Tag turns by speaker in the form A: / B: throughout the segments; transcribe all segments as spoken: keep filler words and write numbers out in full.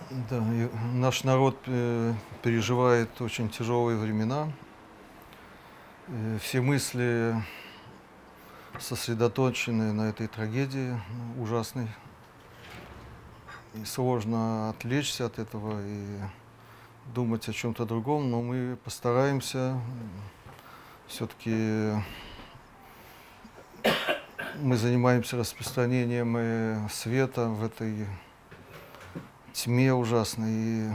A: Да, и наш народ э, переживает очень тяжелые времена. Э, все мысли сосредоточены на этой трагедии ну, ужасной. И сложно отвлечься от этого и думать о чем-то другом, но мы постараемся. Все-таки мы занимаемся распространением э, света в этой тьме ужасной. И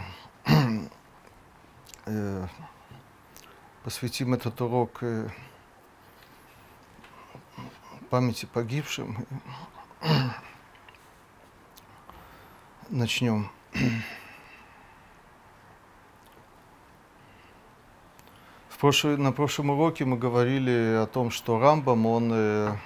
A: э, посвятим этот урок э, памяти погибшим. Начнем. В прошлый, на прошлом уроке мы говорили о том, что Рамбам, он э,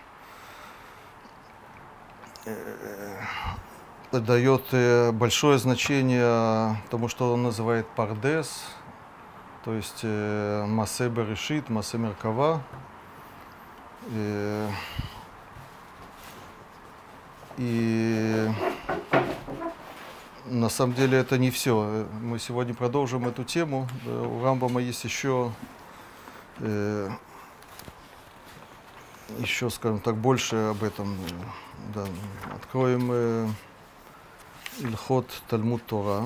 A: э, дает э, большое значение тому, что он называет пардес, то есть э, масе берешит, масе меркава. Э, и на самом деле это не все. Мы сегодня продолжим эту тему. У Рамбама есть еще э, еще, скажем так, больше об этом. Да. Откроем э, Ильхот Талмуд Тора.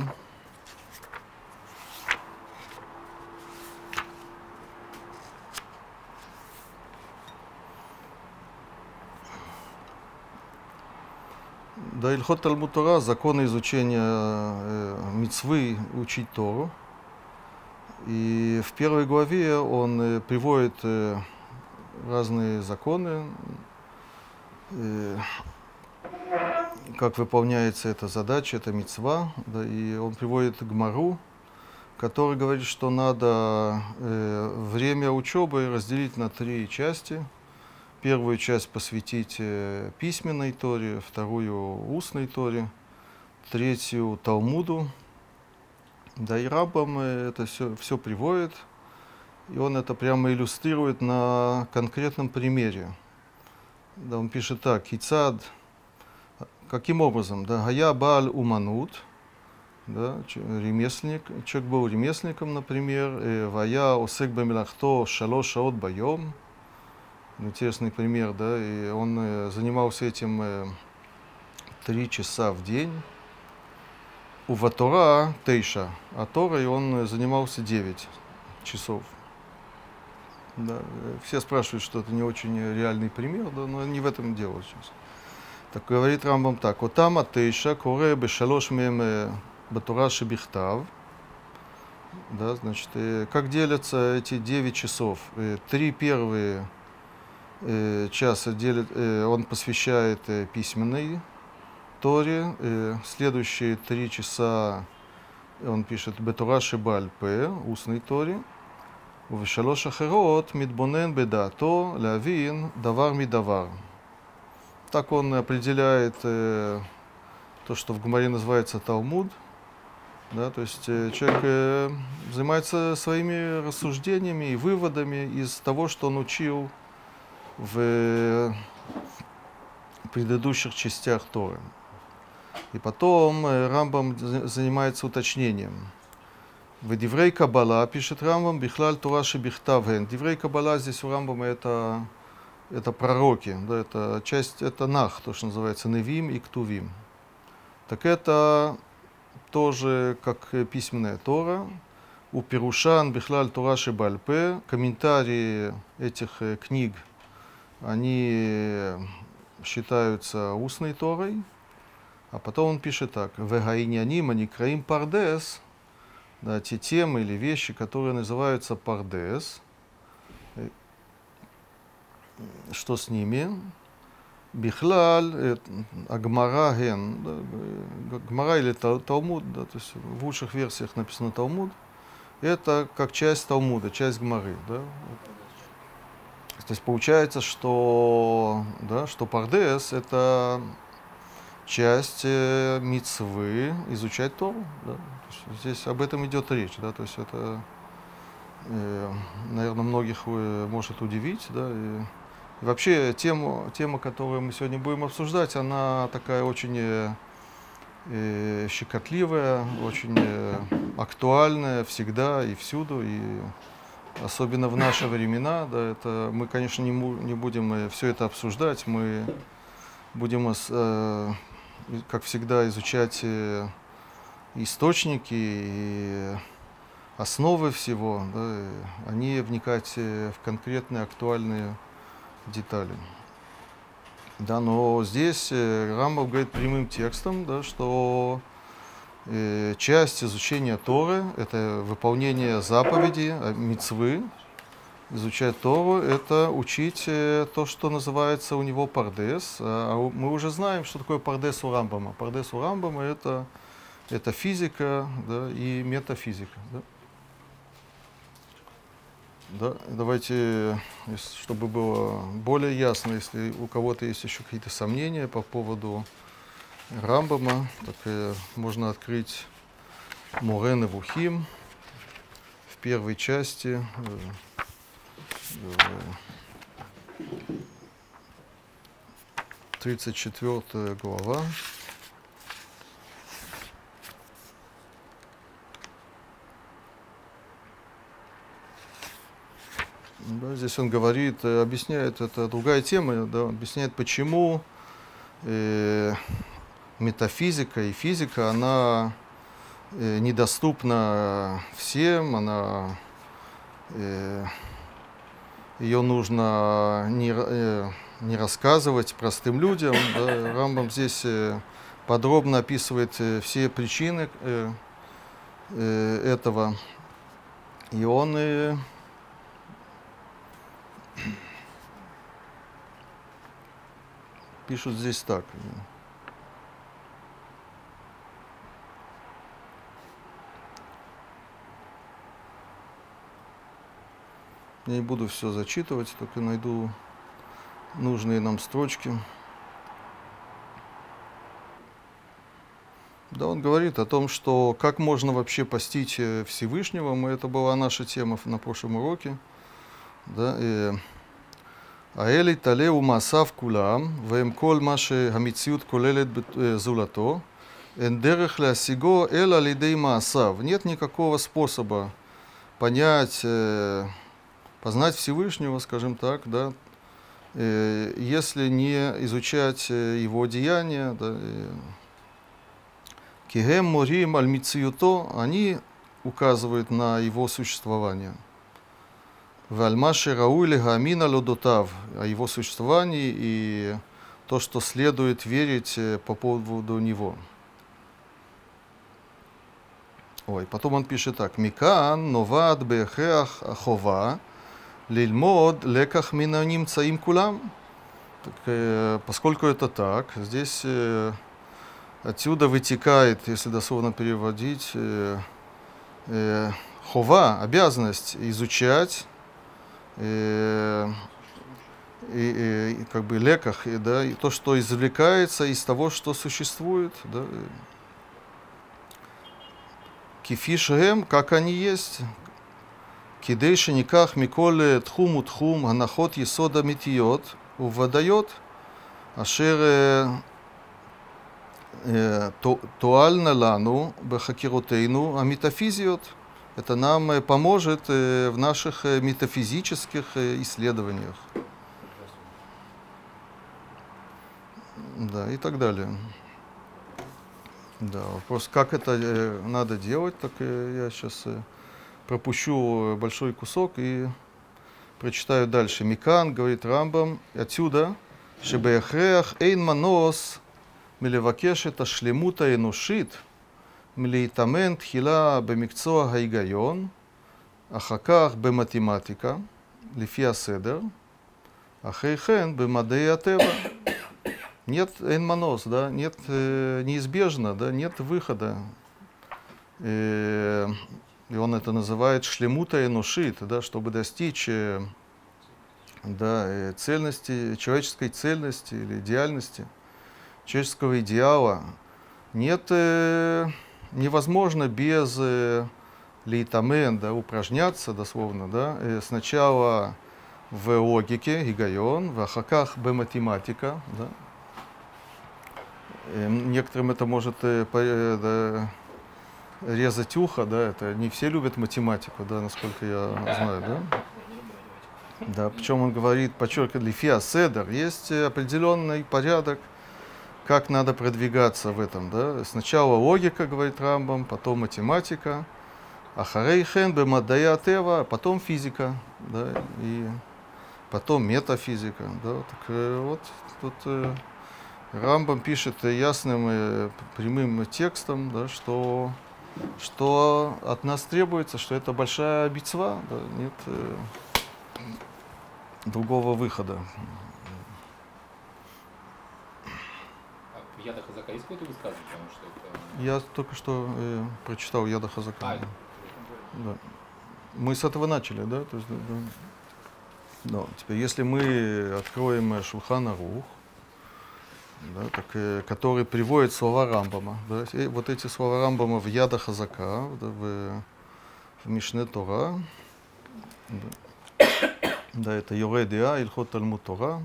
A: Да, Ильхот Талмуд Тора, законы изучения э, мицвы, учить Тору. И в первой главе он э, приводит э, разные законы, э, как выполняется эта задача, эта мицва. Да, и он приводит Гмару, который говорит, что надо э, время учебы разделить на три части. Первую часть посвятить э, письменной Торе, вторую устной Торе, третью Талмуду. Да, и Рамбам это все, все приводит, и он это прямо иллюстрирует на конкретном примере. Да, он пишет так: Кицад, каким образом? Да, Гая Бааль Уманут, да, ремесленник, человек был ремесленником, например, Вая Осек Бамилахто Шалош Шаот Байом. Интересный пример, да, и он занимался этим три часа в день. У Ватора Тейша, а Торой он занимался девять часов. Да. Все спрашивают, что это не очень реальный пример, да, но не в этом дело сейчас. Так говорит Рамбам так: вот там от Тейша коре бешалош мем батура шебихтав. Да, значит, как делятся эти девять часов? Три первые часа делит, он посвящает письменной Торе, следующие три часа он пишет Бетура Шебаль П, устной Торе. ובשלוש אחרות מתבונן בדעתו להבין דבר מדבר. Так он определяет э, то, что в Гемаре называется Талмуд. Да, то есть э, человек э, занимается своими рассуждениями и выводами из того, что он учил в э, предыдущих частях Торы. И потом э, Рамбам занимается уточнением. В Диврей Каббала, пишет Рамбам, Бихлаль Тора Шебихтав ген. Диврей Каббала здесь у Рамбама это, это пророки, да, это часть, это Нах, то, что называется Невим и Ктувим. Так это тоже как письменная Тора. У Пирушан Бихлаль Тора Шебальпе, комментарии этих книг, они считаются устной Торой. А потом он пишет так: Вегаиняним аникраим пардес. Да, те темы или вещи, которые называются пардес. Что с ними? Бихлаль, Агмара ген, да, Гмара или Талмуд, да, то есть в лучших версиях написано Талмуд. Это как часть Талмуда, часть Гмары. Да. То есть получается, что, да, что пардес это часть э, мицвы изучать Тору. Да. Здесь об этом идет речь, да, то есть это, э, наверное, многих э, может удивить, да, и, и вообще тему, тема, которую мы сегодня будем обсуждать, она такая очень э, э, щекотливая, очень э, актуальная всегда и всюду, и особенно в наши времена. Да, это, мы, конечно, не, му, не будем э, все это обсуждать, мы будем, э, как всегда, изучать э, источники и основы всего, да, а не вникать э, в конкретные актуальные детали. Да, но здесь э, Рамбам говорит прямым текстом, да, что э, часть изучения Торы — это выполнение заповедей, мицвы. Изучать Тору — это учить э, то, что называется у него пардес. А у- мы уже знаем, что такое пардес у Рамбама. Пардес у Рамбама — это, это физика, да, и метафизика. Да. Да, давайте, если- чтобы было более ясно, если у кого-то есть еще какие-то сомнения по поводу Рамбама, так э, можно открыть Море Невухим в первой части, э, э, тридцать четвёртая глава. Да, здесь он говорит, э, объясняет, это другая тема, да, объясняет, почему э, метафизика и физика, она э, недоступна всем, она, э, ее нужно не, э, не рассказывать простым людям. Да. Рамбам здесь э, подробно описывает э, все причины э, э, этого, и он э, пишет здесь так. Я не буду все зачитывать, только найду нужные нам строчки. Да, он говорит о том, что как можно вообще постичь Всевышнего. Мы, это была наша тема на прошлом уроке. Да, и האלי תלה ומעשיו כולם, והם כל מה שהמציאות כוללת זולתו, אין דרך להשיגו אלא על ידי מעשיו. Нет никакого способа понять, э, познать Всевышнего, скажем так, да, э, если не изучать э, его деяния, да, кигем морим аль мициюто, они указывают на его существование. Вальмаши раули гамина лодотав, о его существовании и то, что следует верить по поводу него. Ой, потом он пишет так: Микан новад бехеах хова лильмод леках минаним цаим кулам. Поскольку это так, здесь э, отсюда вытекает, если дословно переводить, э, э, хова, обязанность изучать И, и, и как бы леках, и, да, и то, что извлекается из того, что существует, да, кифишем, как они есть, кидейши никах миколе тхум утхум анахот есода митиот увадает, ашер туальна лану бехакиротейну амитафизиот. Это нам поможет в наших метафизических исследованиях. Да, и так далее. Да, вопрос, как это надо делать, так я сейчас пропущу большой кусок и прочитаю дальше. Микан, говорит Рамбам, отсюда, шебеахреах эйн манос милевакешет ашлемута энушит, מלהתאמן תחילה במקצוע ההיגיון, אחר כך במתמטיקה, לפי הסדר, אחרי כן במדעי הטבע. Нет, אין מנוס, да, нет, неизбежно, да, нет выхода. И он это называет шлемута энушит, да, чтобы достичь, да, цельности, человеческой цельности или идеальности, человеческого идеала. Нет, невозможно без э, лейтамен, да, упражняться дословно, да, э, сначала в логике, гигайон, в ахаках б математика, да, э, некоторым это может э, по- э, да, резать ухо, да, это не все любят математику, да, насколько я знаю, да. Да, причем он говорит, подчеркивает, лифиа седер, есть э, определенный порядок, как надо продвигаться в этом, да. Сначала логика, говорит Рамбам, потом математика, ахарей хен бемаддая тева, а потом физика, да, и потом метафизика, да. Так э, вот тут э, Рамбам пишет ясным э, прямым текстом, да, что что от нас требуется, что это большая мицва, да, нет э, другого выхода.
B: А в Яда Хазака есть какое-то высказывание, потому что это...
A: Я только что э, прочитал Яда Хазака.
B: А,
A: Да. Да. Мы с этого начали, да? То есть, да, да. Да. Теперь, если мы откроем Шулхан Арух, да, так, э, который приводит слова Рамбама, да, и вот эти слова Рамбама в Яда Хазака, да, в, в Мишне Тора, да, да, это Йорей Деа, Ильхот Талмуд Тора.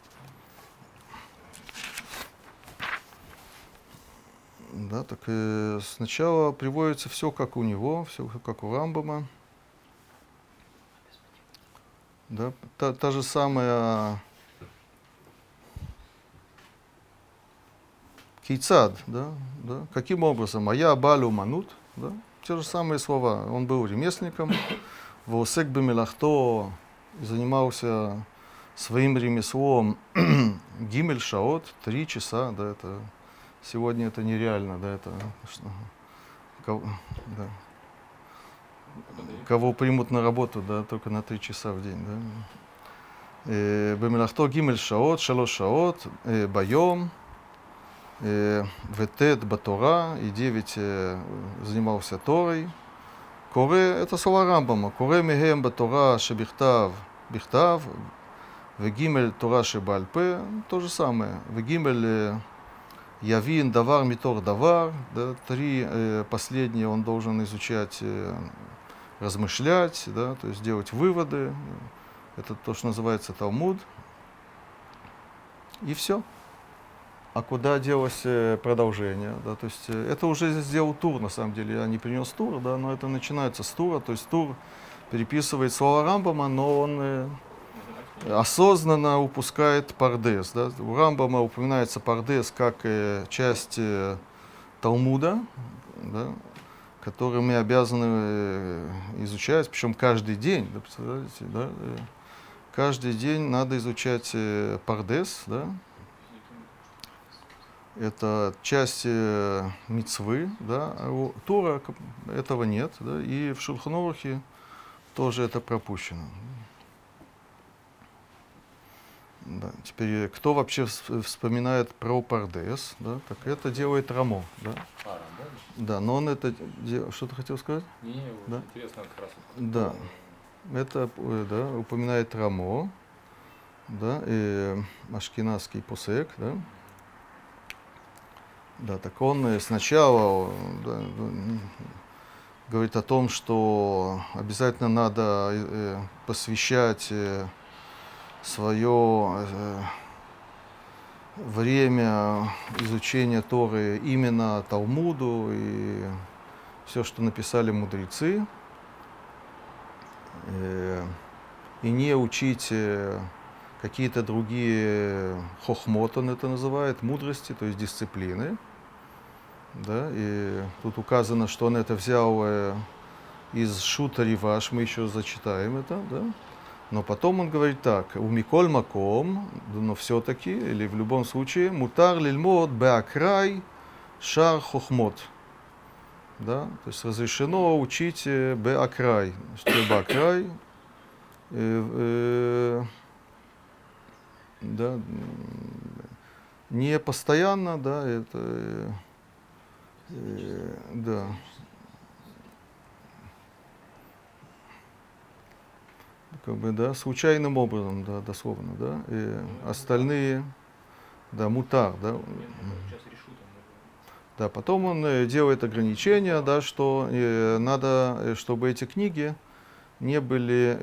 A: Да, так э, сначала приводится все как у него, все как у Рамбама. Да, та, та же самая Кейцад, да, да, каким образом? А я балю манут, да, те же самые слова. Он был ремесленником, воосек бемелахто, занимался своим ремеслом гимель шаот, три часа, да, это сегодня это нереально, да, это что, кого, да, кого примут на работу, да, только на три часа в день, да. Бемелахто гимель шаот, шалош шаот, байом, ветет батора, и девять занимался Торой. Коре, это слова Рамбама, коре мегем батора шебихтав, бихтав, вегимель тора шебальпе, то же самое. Вегимель явин давар митор давар, да, три э, последние он должен изучать, э, размышлять, да, то есть делать выводы. Это то, что называется Талмуд. И все. А куда делось э, продолжение? Да, то есть э, это уже сделал Тур, на самом деле. Я не принес Тур, да, но это начинается с Тура. То есть Тур переписывает слова Рамбама, но он э, осознанно упускает Пардес. Да. У Рамбама упоминается Пардес как э, часть э, Талмуда, да, который мы обязаны э, изучать, причем каждый день. Да, представляете, да, э, каждый день надо изучать э, Пардес, да. Это часть э, мицвы, да, а у Тора этого нет, да, и в Шулхан Арухе тоже это пропущено. Да. Теперь, кто вообще вспоминает про Пардес, да, так это делает Рамо, да.
B: А, Рамо?
A: Да, но он это делает. Что ты хотел сказать?
B: Не, не,
A: да?
B: Интересно как раз.
A: Да, это, да, упоминает Рамо, да, и ашкеназский посек, да. Да, так он сначала, да, говорит о том, что обязательно надо э, посвящать э, свое э, время изучения Торы именно Талмуду и все, что написали мудрецы, э, и не учить э, какие-то другие хохмот, он это называет, мудрости, то есть дисциплины. Да, и тут указано, что он это взял э, из Шута Риваш, мы еще зачитаем это, да. Но потом он говорит так: у Миколь Маком, но все-таки, или в любом случае, мутар лильмот беакрай шар хохмот. Да, то есть разрешено учить э, беакрай. Что беакрай? Э, э, да, не постоянно, да, это... Э, Э, да. Как бы, да, случайным образом, да, дословно, да. И остальные, да, мутар, да. Да, потом он э, делает ограничения, да, что э, надо, чтобы эти книги не были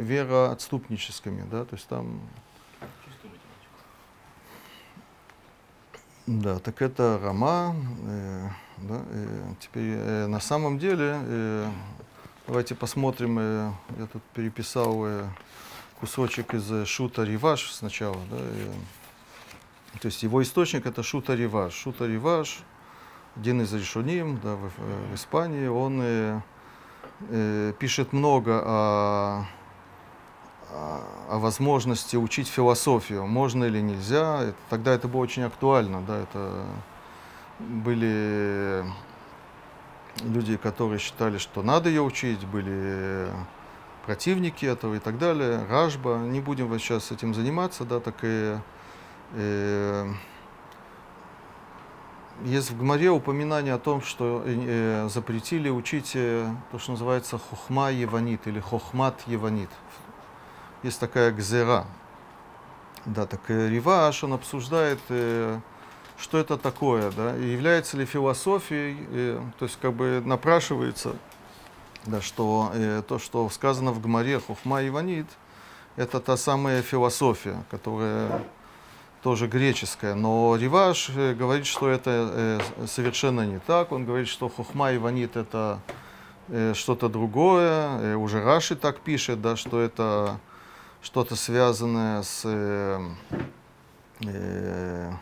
A: вероотступническими, да, то есть там... Да, так это Рама. Э, да, э, теперь э, на самом деле, э, давайте посмотрим, э, я тут переписал э, кусочек из э, Шута Риваш сначала. Да, э, то есть его источник это Шута Риваш. Шута Риваш, один из решоним, да, в, в Испании, он э, э, пишет много о, о, о возможности учить философию, можно или нельзя. Это, тогда это было очень актуально, да, это были люди, которые считали, что надо ее учить, были противники этого и так далее. Рашба, не будем вот сейчас этим заниматься, да, так и э, есть в Гмаре упоминание о том, что э, запретили учить э, то, что называется хохма еванит или хохмат еванит. Есть такая гзера. Да, так э, Риваш, он обсуждает, э, что это такое, да, и является ли философией, э, то есть как бы напрашивается, да, что э, то, что сказано в Гмаре хохма еванит, это та самая философия, которая тоже греческая, но Риваш говорит, что это э, совершенно не так. Он говорит, что хохма и ванит это э, что-то другое. Э, уже Раши так пишет, да, что это что-то связанное с, э, э,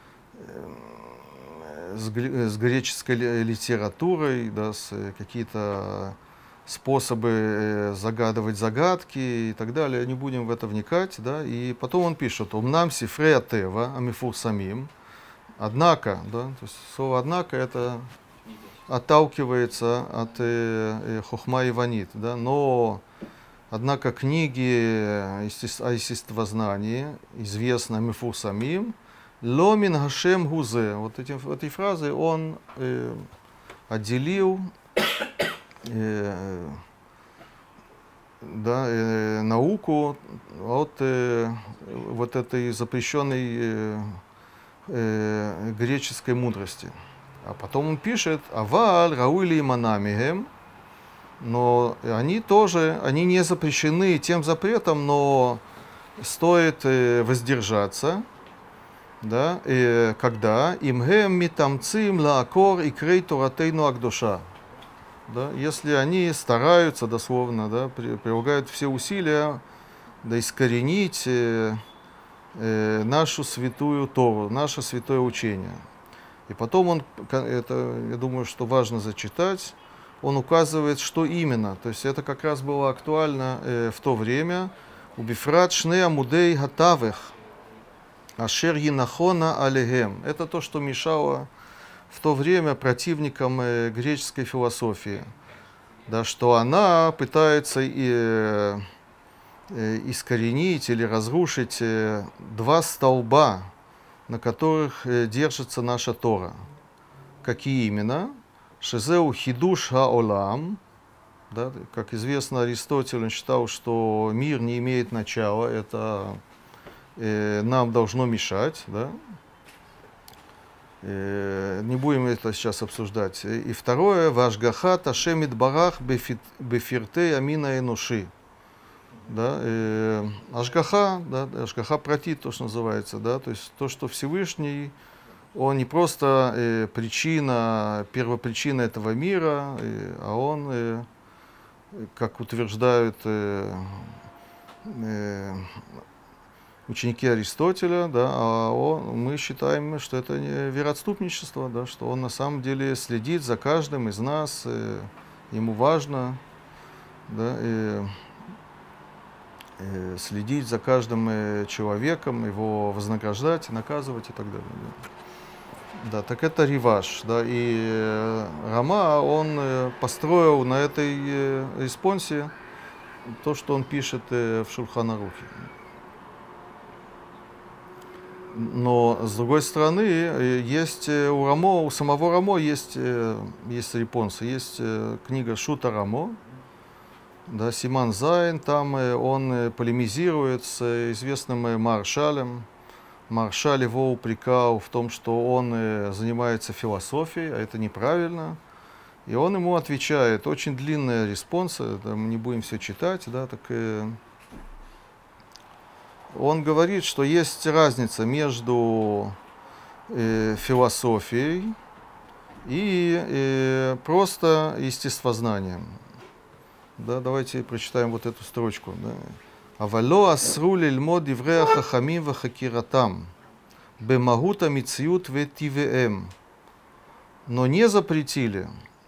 A: с, с греческой литературой, да, с какие-то способы загадывать загадки и так далее. Не будем в это вникать. Да? И потом он пишет: «Умнам сифрея тева, амифур самим». Однако, да, то есть слово «однако» это отталкивается от э, э, хохма и ванит. Да? Но, однако, книги о естествознании известны амифур самим. «Ло мин гашем гузе». Вот этим, этой фразой он э, отделил Э, да, э, науку от э, вот этой запрещенной э, э, греческой мудрости. А потом он пишет: «Аваль рауили манамихем», но они тоже, они не запрещены тем запретом, но стоит э, воздержаться, да, э, когда имгем митамцим лаакор и крей торатейну агдоша. Да, если они стараются, дословно, да, при, прилагают все усилия, да, искоренить э, э, нашу святую Тору, наше святое учение. И потом он, это, я думаю, что важно зачитать, он указывает, что именно. То есть это как раз было актуально э, в то время. «Убифрат шне амудей гатавех, ашер енахона алегем». Это то, что мешало в то время противникам э, греческой философии, да, что она пытается и, э, искоренить или разрушить э, два столба, на которых э, держится наша Тора. Какие именно? Шезеу хидуш хаолам. Да, как известно, Аристотель он считал, что мир не имеет начала, это э, нам должно мешать. Да? Не будем это сейчас обсуждать. И второе, «Вашгаха ташемит барах бефиртей амина энуши». Да, э, ашгаха, да, ашгаха протит, то, что называется, да, то есть то, что Всевышний, он не просто э, причина, первопричина этого мира, э, а он, э, как утверждают э, э, ученики Аристотеля, да, а он, мы считаем, что это не вероотступничество, да, что он на самом деле следит за каждым из нас, э, ему важно, да, и, и следить за каждым э, человеком, его вознаграждать, наказывать и так далее. Да, да, так это Риваш, да, и э, Рама, он э, построил на этой э, респонсе то, что он пишет э, в Шулхан Арухе. Но, с другой стороны, есть у Рамо, у самого Рамо есть, есть репонсы, есть книга Шута Рамо, да, Симан Зайн, там он полемизирует с известным Маршалем. Маршаль его упрекал в том, что он занимается философией, а это неправильно. И он ему отвечает, очень длинная респонса, мы не будем все читать, да, так... Он говорит, что есть разница между э, философией и э, просто естествознанием. Да, давайте прочитаем вот эту строчку. Да. Авало асру лильмод диврей хахамим вахакиратам бемагута мициют ветивеем. Но не запретили.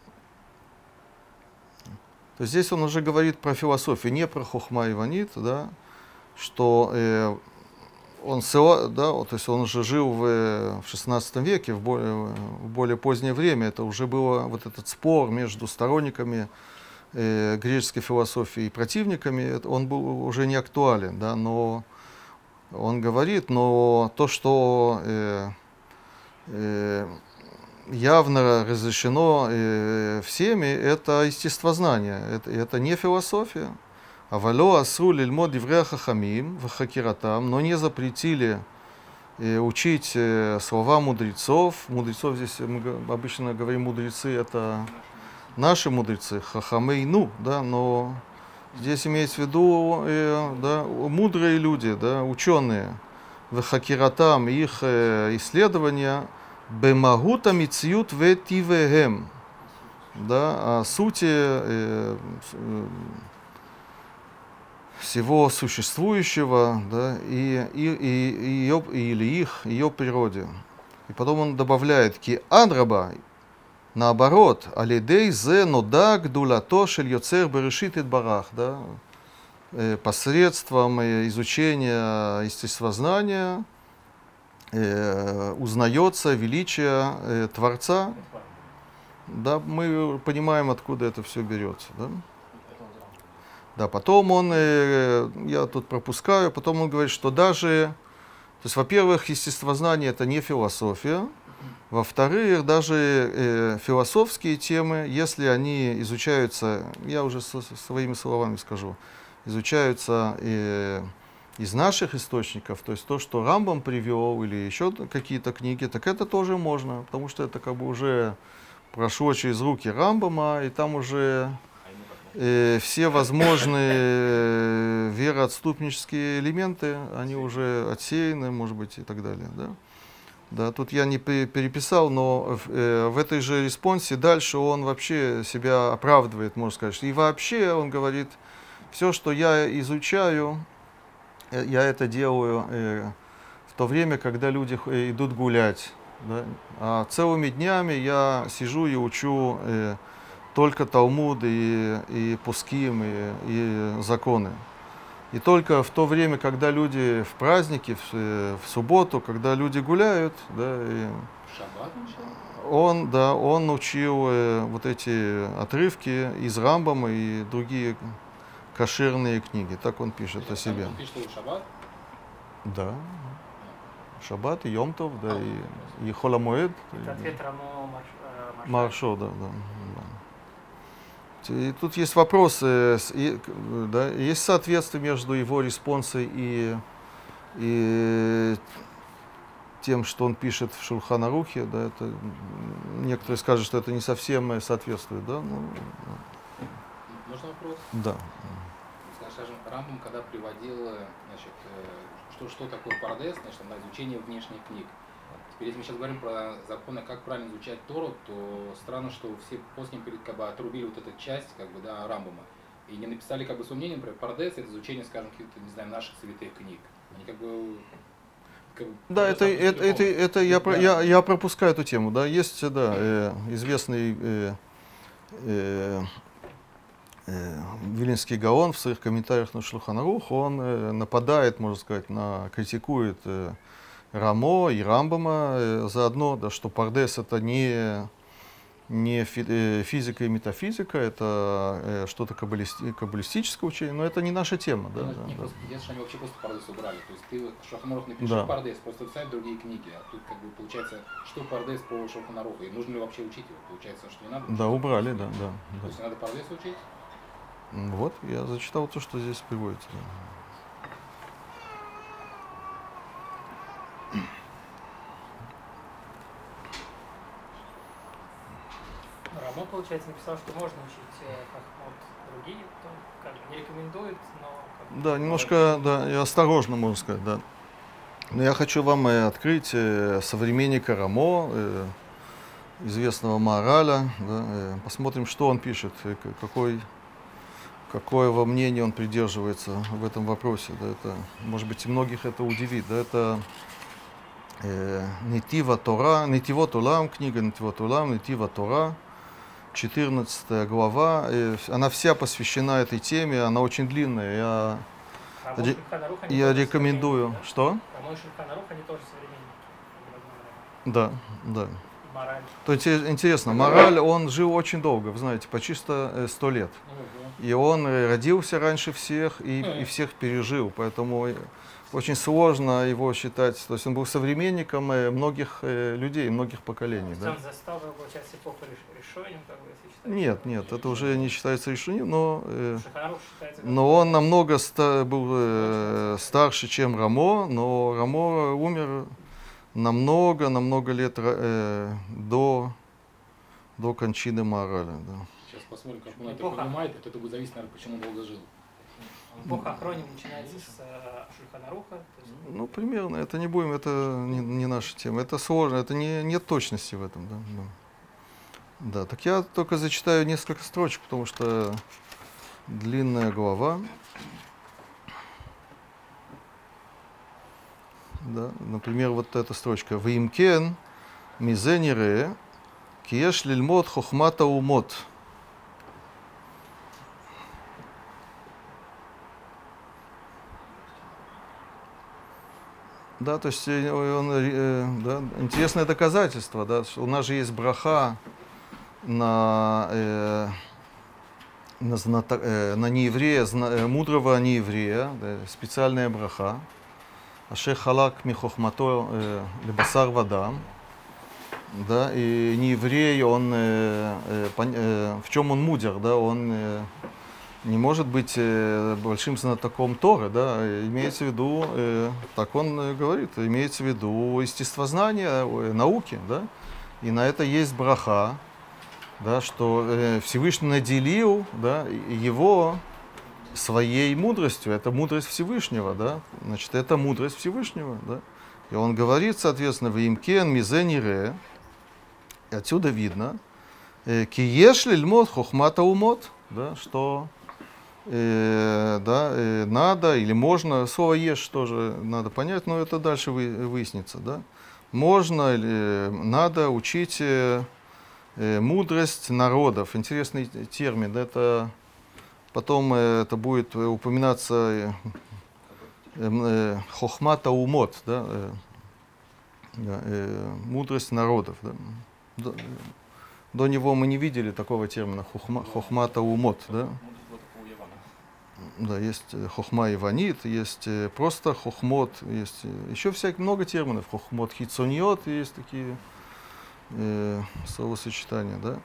A: То есть здесь он уже говорит про философию, не про хохма и ванит, да, что э, он, да, то есть он уже жил в, в шестнадцатом веке, в более, в более позднее время. Это уже был вот этот спор между сторонниками э, греческой философии и противниками, он был уже не актуален, да, но он говорит, но то, что э, э, явно разрешено э, всеми, это естествознание, это, это не философия. Авало асру лильмод диврей хахамим вахакиратам, но не запретили э, учить э, слова мудрецов. Мудрецов здесь мы обычно говорим мудрецы, это наши мудрецы, хахамейну, да, но здесь имеется в виду э, да, мудрые люди, да, ученые, вахакиратам, их э, исследования. Бемагута мициют ветивеем, да, о сути э, э, всего существующего, да, и, и, и, ее, или их, ее природе. И потом он добавляет, ки адраба, наоборот, алидей зе нода гдулато шель йоцер берешит итбарах, да, э, посредством изучения естествознания Э, узнается величие э, Творца, да, мы понимаем, откуда это все берется. Да, да потом он, э, я тут пропускаю, потом он говорит, что даже, то есть, во-первых, естествознание это не философия, во-вторых, даже э, философские темы, если они изучаются, я уже со, со своими словами скажу, изучаются э, из наших источников, то есть то, что Рамбам привел, или еще какие-то книги, так это тоже можно, потому что это как бы уже прошло через руки Рамбама, и там уже э, все возможные э, вероотступнические элементы, они уже отсеяны, может быть, и так далее. Да? Да, тут я не переписал, но в, э, в этой же респонсе дальше он вообще себя оправдывает, можно сказать. И вообще он говорит, все, что я изучаю, я это делаю э, в то время, когда люди идут гулять. Да? А целыми днями я сижу и учу э, только Талмуд и, и Пуским, и, и законы. И только в то время, когда люди в праздники, в, в субботу, когда люди гуляют, да, и он, да, он учил э, вот эти отрывки из Рамбама и другие кошерные книги, так он пишет о себе.
B: Он пишет, что шаббат?
A: Да. Шаббат и Йом-Тов, да, и, и Холамоэд.
C: Это ответ Рамо
A: Маршо, да, да. И тут есть вопросы, и, да, есть соответствие между его респонсой и, и тем, что он пишет в Шулхан Арухе, да, это, некоторые скажут, что это не совсем соответствует, да. Ну,
B: можно вопрос?
A: Да.
B: Скажем, Рамбам, когда приводил, значит, что, что такое парадес, значит, на изучение внешних книг. Теперь, если мы сейчас говорим про законы, как правильно изучать Тору, то странно, что все после ним как бы отрубили вот эту часть, как бы, да, Рамбама. И не написали, как бы, свое мнение, например, парадес, это изучение, скажем, каких-то, не знаю, наших святых книг. Они как бы... Как бы
A: да, это, это, это, это я, да. я, я пропускаю эту тему, да, есть, да, э, известный... Э, э, Вилинский Гаон в своих комментариях на Шулхан Арух, он э, нападает, можно сказать, на, критикует э, Рамо и Рамбама э, заодно, да, что Пардес это не, не фи, э, физика и метафизика, это э, что-то каббалисти, каббалистическое учение, но это не наша тема. Да,
B: ну,
A: да,
B: не
A: да.
B: Просто, если они вообще просто Пардес убрали, то есть ты в Шулхан Арух напишешь
A: да.
B: Пардес, просто вставь другие книги, а тут как бы получается, что Пардес по Шулхан Аруху, и нужно ли вообще учить его, получается, что не надо?
A: Да, убрали, да, да.
B: То
A: да.
B: есть надо Пардес учить?
A: Вот, я зачитал то, что здесь приводится.
C: Рамо, получается, написал, что можно учить э, хахмот другие, то как бы не рекомендует, но... Как
A: да, немножко, да, и осторожно, можно сказать, да. Но я хочу вам э, открыть э, современника Рамо, э, известного Маораля. Да, э, посмотрим, что он пишет, э, к- какой, какое мнение он придерживается в этом вопросе. Да, это, может быть, и многих это удивит. Да, это э, Нетива Тора, Нетивот Улам, книга Нетивот Улам, Нетива Тора, четырнадцатая глава. Э, она вся посвящена этой теме, она очень длинная. Я,
C: Рамо и
A: ре-
C: Шульхан Арух, они
A: я
C: тоже
A: рекомендую.
C: современники,
A: Что?
C: да? Рамо и Шульхан Арух, они тоже современники.
A: Да, да.
C: И мораль.
A: То есть э, интересно, Маораль, он жил очень долго, вы знаете, почти сто сто лет.
B: Ого.
A: И он э, родился раньше всех и, и всех пережил, поэтому э, очень сложно его считать. То есть он был современником э, многих э, людей, многих поколений.
C: То есть
A: Да?
C: он застал, получается, эпоху реш- решением, как бы, если считать.
A: Нет, нет, это уже не считается решением, но, э,
C: Шульхан Арух считается как
A: но он намного ста- был э, старше, чем Рамо, но Рамо умер намного-намного лет э, до, до кончины Маораля. Да.
B: Сейчас посмотрим, как он это
C: Эпоха.
B: понимает. Это будет зависеть, наверное, почему он долго жил.
C: эпоха Ахроним начинается с э, Шульхан Аруха. то есть
A: Ну, примерно, это не будем, это не, не наша тема. Это сложно, это не, нет точности в этом. Да, да. Да, так я только зачитаю несколько строчек, потому что длинная глава. Да, например, вот эта строчка. «Ваимкен мизенире киеш лильмот хохмата умот». Да, то есть э, он, э, да, интересное доказательство, да, что у нас же есть браха на, э, на, зната- э, на нееврея, зна- э, мудрого нееврея, да, специальная браха. Ашер халак михохмато э, лебасар вадам. Да, и нееврей, он, э, э, пон- э, в чем он мудр, да, он э, не может быть э, большим знатоком Торы, да, имеется в виду, э, так он э, говорит, имеется в виду естествознание, э, науки, да, и на это есть браха, да, что э, Всевышний наделил, да, его своей мудростью, это мудрость Всевышнего, да, значит, это мудрость Всевышнего, да, и он говорит, соответственно, «Ваимкен мизенире», и отсюда видно, «Киеш лильмот хохмата умот», да, что Э, да, э, надо или можно, слово ешь тоже надо понять, но это дальше вы, выяснится, да. Можно или надо учить э, э, мудрость народов. Интересный термин, это потом э, это будет упоминаться э, э, хохмата умот, да, э, да, э, мудрость народов. Да. До, до него мы не видели такого термина хохма, хохмата умот, да. Да, есть э, хохма иванит, есть э, просто хохмот, есть э, еще всяких много терминов. Хохмот хицониот, есть такие э, словосочетания, да.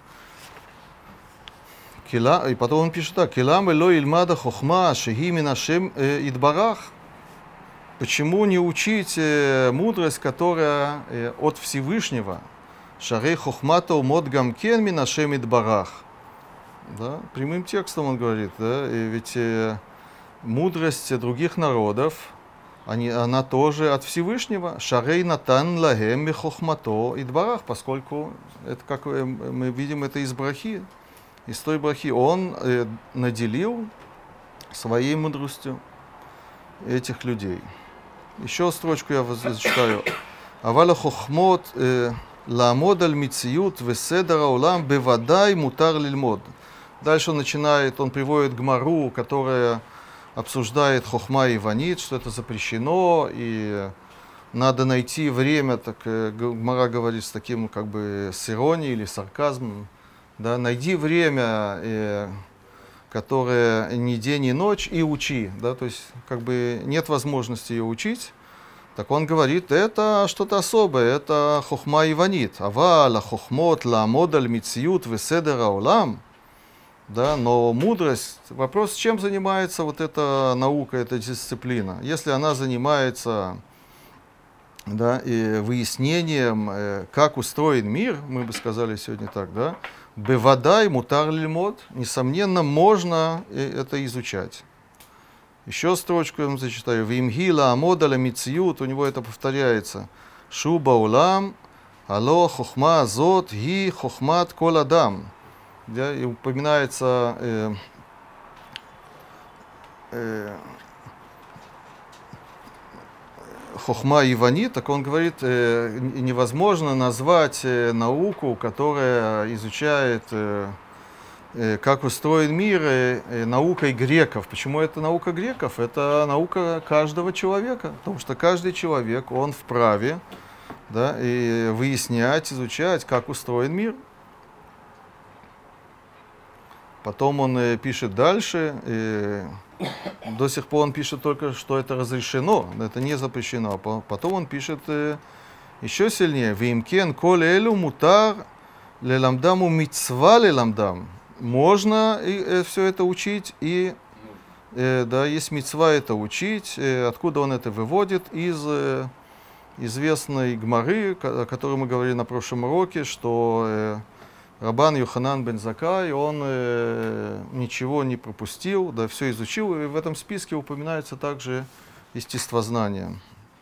A: Кила, и потом он пишет так: «Килам эло ильмада хохма шеги минашем идбарах». Почему не учить э, мудрость, которая э, от Всевышнего? Шарей хохмата умот гамкен минашем идбарах. Да, прямым текстом он говорит, да, и ведь э, мудрость других народов, они, она тоже от Всевышнего. Шарей натан лагем михохмато идбарах, поскольку это, как мы видим, это из брахи, из той брахи. Он э, наделил своей мудростью этих людей. Еще строчку я зачитаю. Авала хохмот ламод аль мициют веседар аулам бевадай мутар лильмод. Дальше он начинает, он приводит гмару, которая обсуждает хохма и ванит, что это запрещено, и надо найти время, так гмара говорит с таким как бы с иронией или сарказмом, да, найди время, э, которое не день и ночь, и учи, да, то есть как бы нет возможности ее учить. Так он говорит, это что-то особое, это хохма и ванит. Авала хохмот ламод аль мициют веседер аулам. Да, но мудрость, вопрос, чем занимается вот эта наука, эта дисциплина. Если она занимается, да, и выяснением, э, как устроен мир, мы бы сказали сегодня так, да, бевадай мутар лильмод, несомненно, можно это изучать. Еще строчку я вам зачитаю. Вимгила амодаля мициют, у него это повторяется. Шуба улам, алло хохма зот, ги хохмат кол адам. Да, и упоминается э, э, хохма Ивани, так он говорит, э, невозможно назвать э, науку, которая изучает, э, э, как устроен мир, э, э, наукой греков. Почему это наука греков? Это наука каждого человека, потому что каждый человек, он вправе, да, и выяснять, изучать, как устроен мир. Потом он э, пишет дальше, э, до сих пор он пишет только, что это разрешено, это не запрещено. Потом он пишет э, еще сильнее. «Вимкен кол элю мутар леламдаму мицва леламдам». Можно и, э, все это учить, и э, да, есть мицва это учить. Э, откуда он это выводит? Из э, известной гмары, о которой мы говорили на прошлом уроке, что э, Рабан Йоханан бен Заккай, он э, ничего не пропустил, да, все изучил, и в этом списке упоминается также естествознание.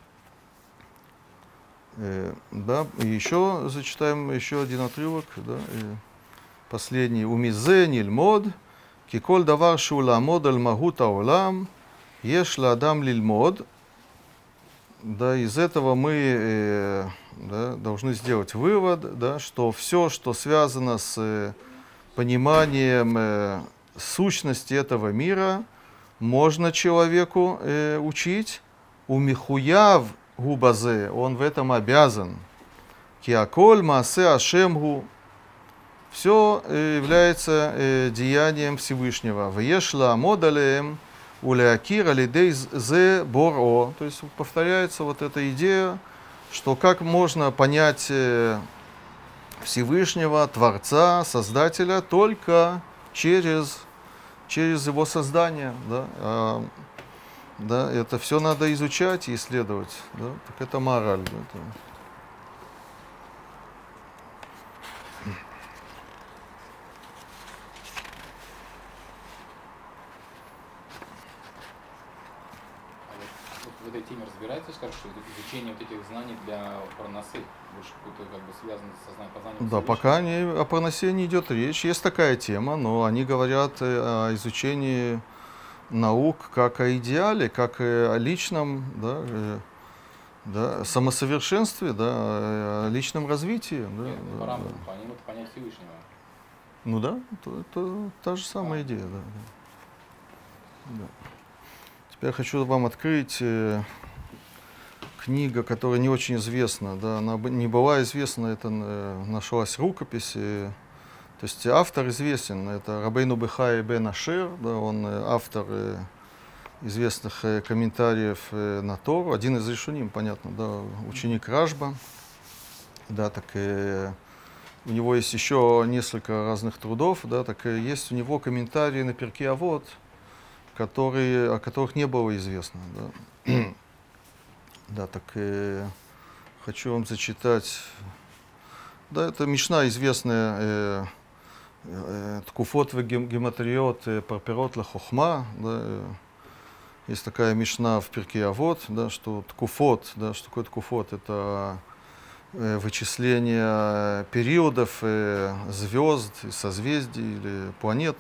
A: Э, да, и еще зачитаем еще один отрывок, да, э, последний. «Умизе нильмод, киколь давар шуламод аль магут аолам, еш ладам лильмод». Да, из этого мы э, да, должны сделать вывод, да, что все, что связано с э, пониманием э, сущности этого мира, можно человеку э, учить. У михуяв губазе, он в этом обязан. Киаколь маасе ашемгу, все э, является э, деянием Всевышнего. Вешла модалеем улеакир алидей зе боро. То есть повторяется вот эта идея, что как можно понять Всевышнего, Творца, Создателя только через, через его создание. Да? А, да, это все надо изучать и исследовать. Да? Так это мораль. Да?
B: В этой теме разбирается, скажешь, что изучение вот этих знаний для парносы больше какое-то как бы связано с сознанием, познанием?
A: Да, пока не, о парносе не идет речь. Есть такая тема, но они говорят о изучении наук как о идеале, как о личном, да, да, самосовершенстве, да, о личном развитии. Да,
B: Нет,
A: да,
B: да,
A: да.
B: по ним это понять Всевышнего.
A: Ну да, это, это та же самая идея. Да, да. Теперь я хочу вам открыть э, книга, которая не очень известна. Да, она не была известна, это э, нашлась рукопись. И, то есть автор известен, это Рабейну Бехай бен Ашер, да, он э, автор э, известных э, комментариев э, на Тору, один из решуним, понятно, да, ученик Рашба. Да, так, э, у него есть еще несколько разных трудов, да, так э, есть у него комментарии на Перкей Авот, которые, о которых не было известно. Да, да так э, хочу вам зачитать. Да, это мишна известная э, э, Ткуфот ве гематриот парперот ла хохма. Да, э, есть такая мишна в Перкей Авот, да, что ткуфот, да, что такое ткуфот, это э, вычисление периодов э, звезд, созвездий или планет.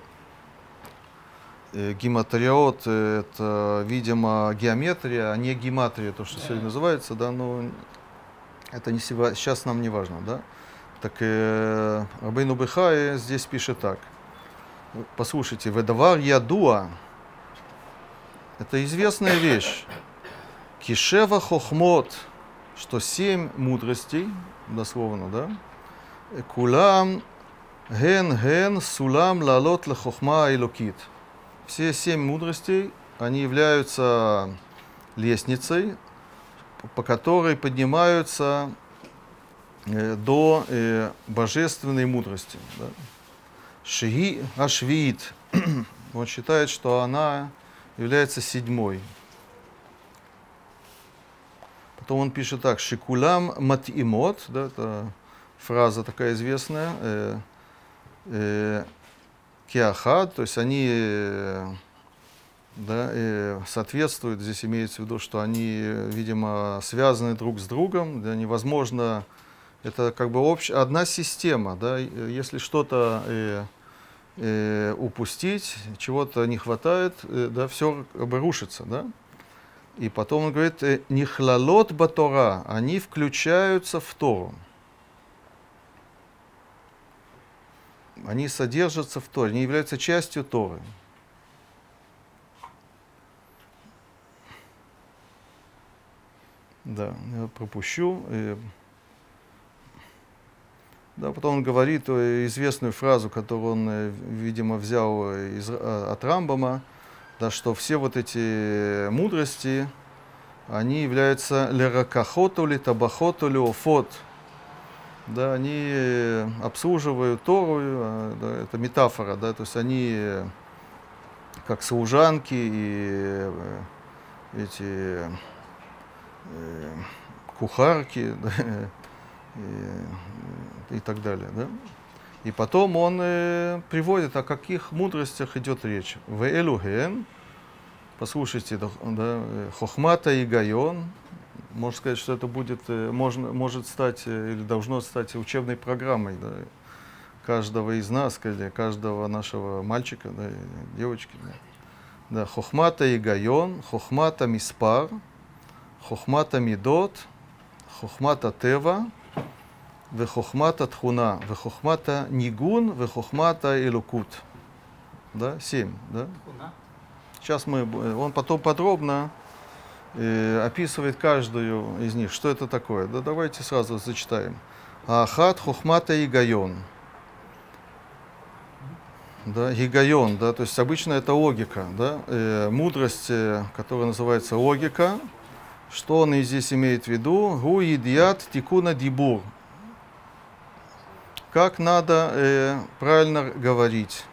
A: Гематриот — это, видимо, геометрия, а не гематрия, то, что сегодня называется, да, но это не сейчас нам не важно, да. Так э, Рабейну Бехай здесь пишет так. Послушайте, «Ведавар ядуа» — это известная вещь. «Кишева хохмот», что семь мудростей, дословно, да, «Кулам ген-ген сулам лалот лехохма илокит». Все семь мудростей, они являются лестницей, по которой поднимаются э, до э, божественной мудрости. Да. Шиги ашвиит, он считает, что она является седьмой. Потом он пишет так: «Шикулам матимот», да, это фраза такая известная, э, э, киахад, то есть они да, и соответствуют. Здесь имеется в виду, что они, видимо, связаны друг с другом, да, невозможно, это как бы общ, одна система, да, если что-то э, э, упустить, чего-то не хватает, э, да, все как бы рушится, да. И потом он говорит, э, нихлалот батора, они включаются в Тору. Они содержатся в Торе, они являются частью Торы. Да, я пропущу. И, да, потом он говорит известную фразу, которую он, видимо, взял из, от Рамбама, да, что все вот эти мудрости, они являются леракахоту, литабахоту, леофот. Да, они обслуживают Тору, да, это метафора, да, то есть они как служанки и эти э, кухарки, да, и, и так далее. Да. И потом он э, приводит, о каких мудростях идет речь. В Элюген, послушайте, да, хохмата и гайон. Можно сказать, что это будет, можно, может стать или должно стать учебной программой, да, каждого из нас, каждого нашего мальчика, да, девочки. Да. Да, хохмата и гайон, хохмата миспар, хохмата мидот, хохмата тева, вехохмата тхуна, вехохмата нигун, вехохмата элукут. Да, семь, да? Сейчас мы, он потом подробно э, описывает каждую из них, что это такое. Да, давайте сразу зачитаем. Ахат, хохмата и гайон. Да, гигайон, да, то есть обычно это логика, да, э, мудрость, э, которая называется логика. Что он и здесь имеет в виду? Гу идиат тикуна дибур. Как надо э, правильно говорить?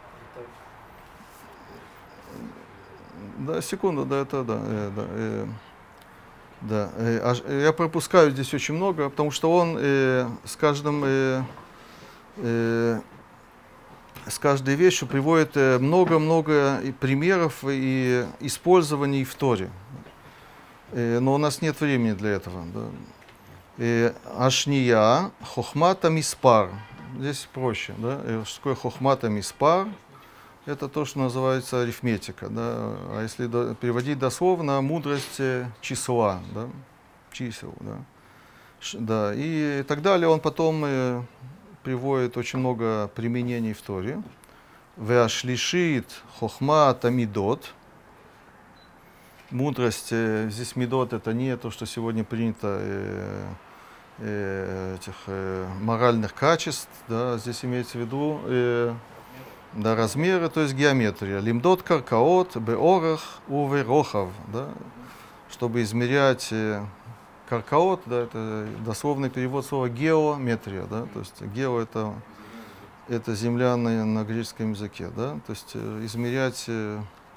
A: Да, секунду, да, это да, э, да, э, да. Э, я пропускаю здесь очень много, потому что он э, с каждым э, э, с каждой вещью приводит много-много примеров и использований в Торе. Но у нас нет времени для этого. Да. Ашния, хохмата миспар. Здесь проще. Да. Что такое хохмата миспар? Это то, что называется арифметика. Да. А если до, переводить дословно, мудрость числа, да. Чисел. Да. Да. И так далее. Он потом приводит очень много применений в Торе. Веашлишит хохмата мидот. Мудрость, э, здесь мидот, это не то, что сегодня принято э, э, этих э, моральных качеств, да, здесь имеется в виду э, да, размеры, то есть геометрия. Лимдот каркаот беорах уверохав, да, чтобы измерять э, каркаот, да, это дословный перевод слова геометрия, да, то есть гео это, это земля на, на греческом языке, да, то есть э, измерять э,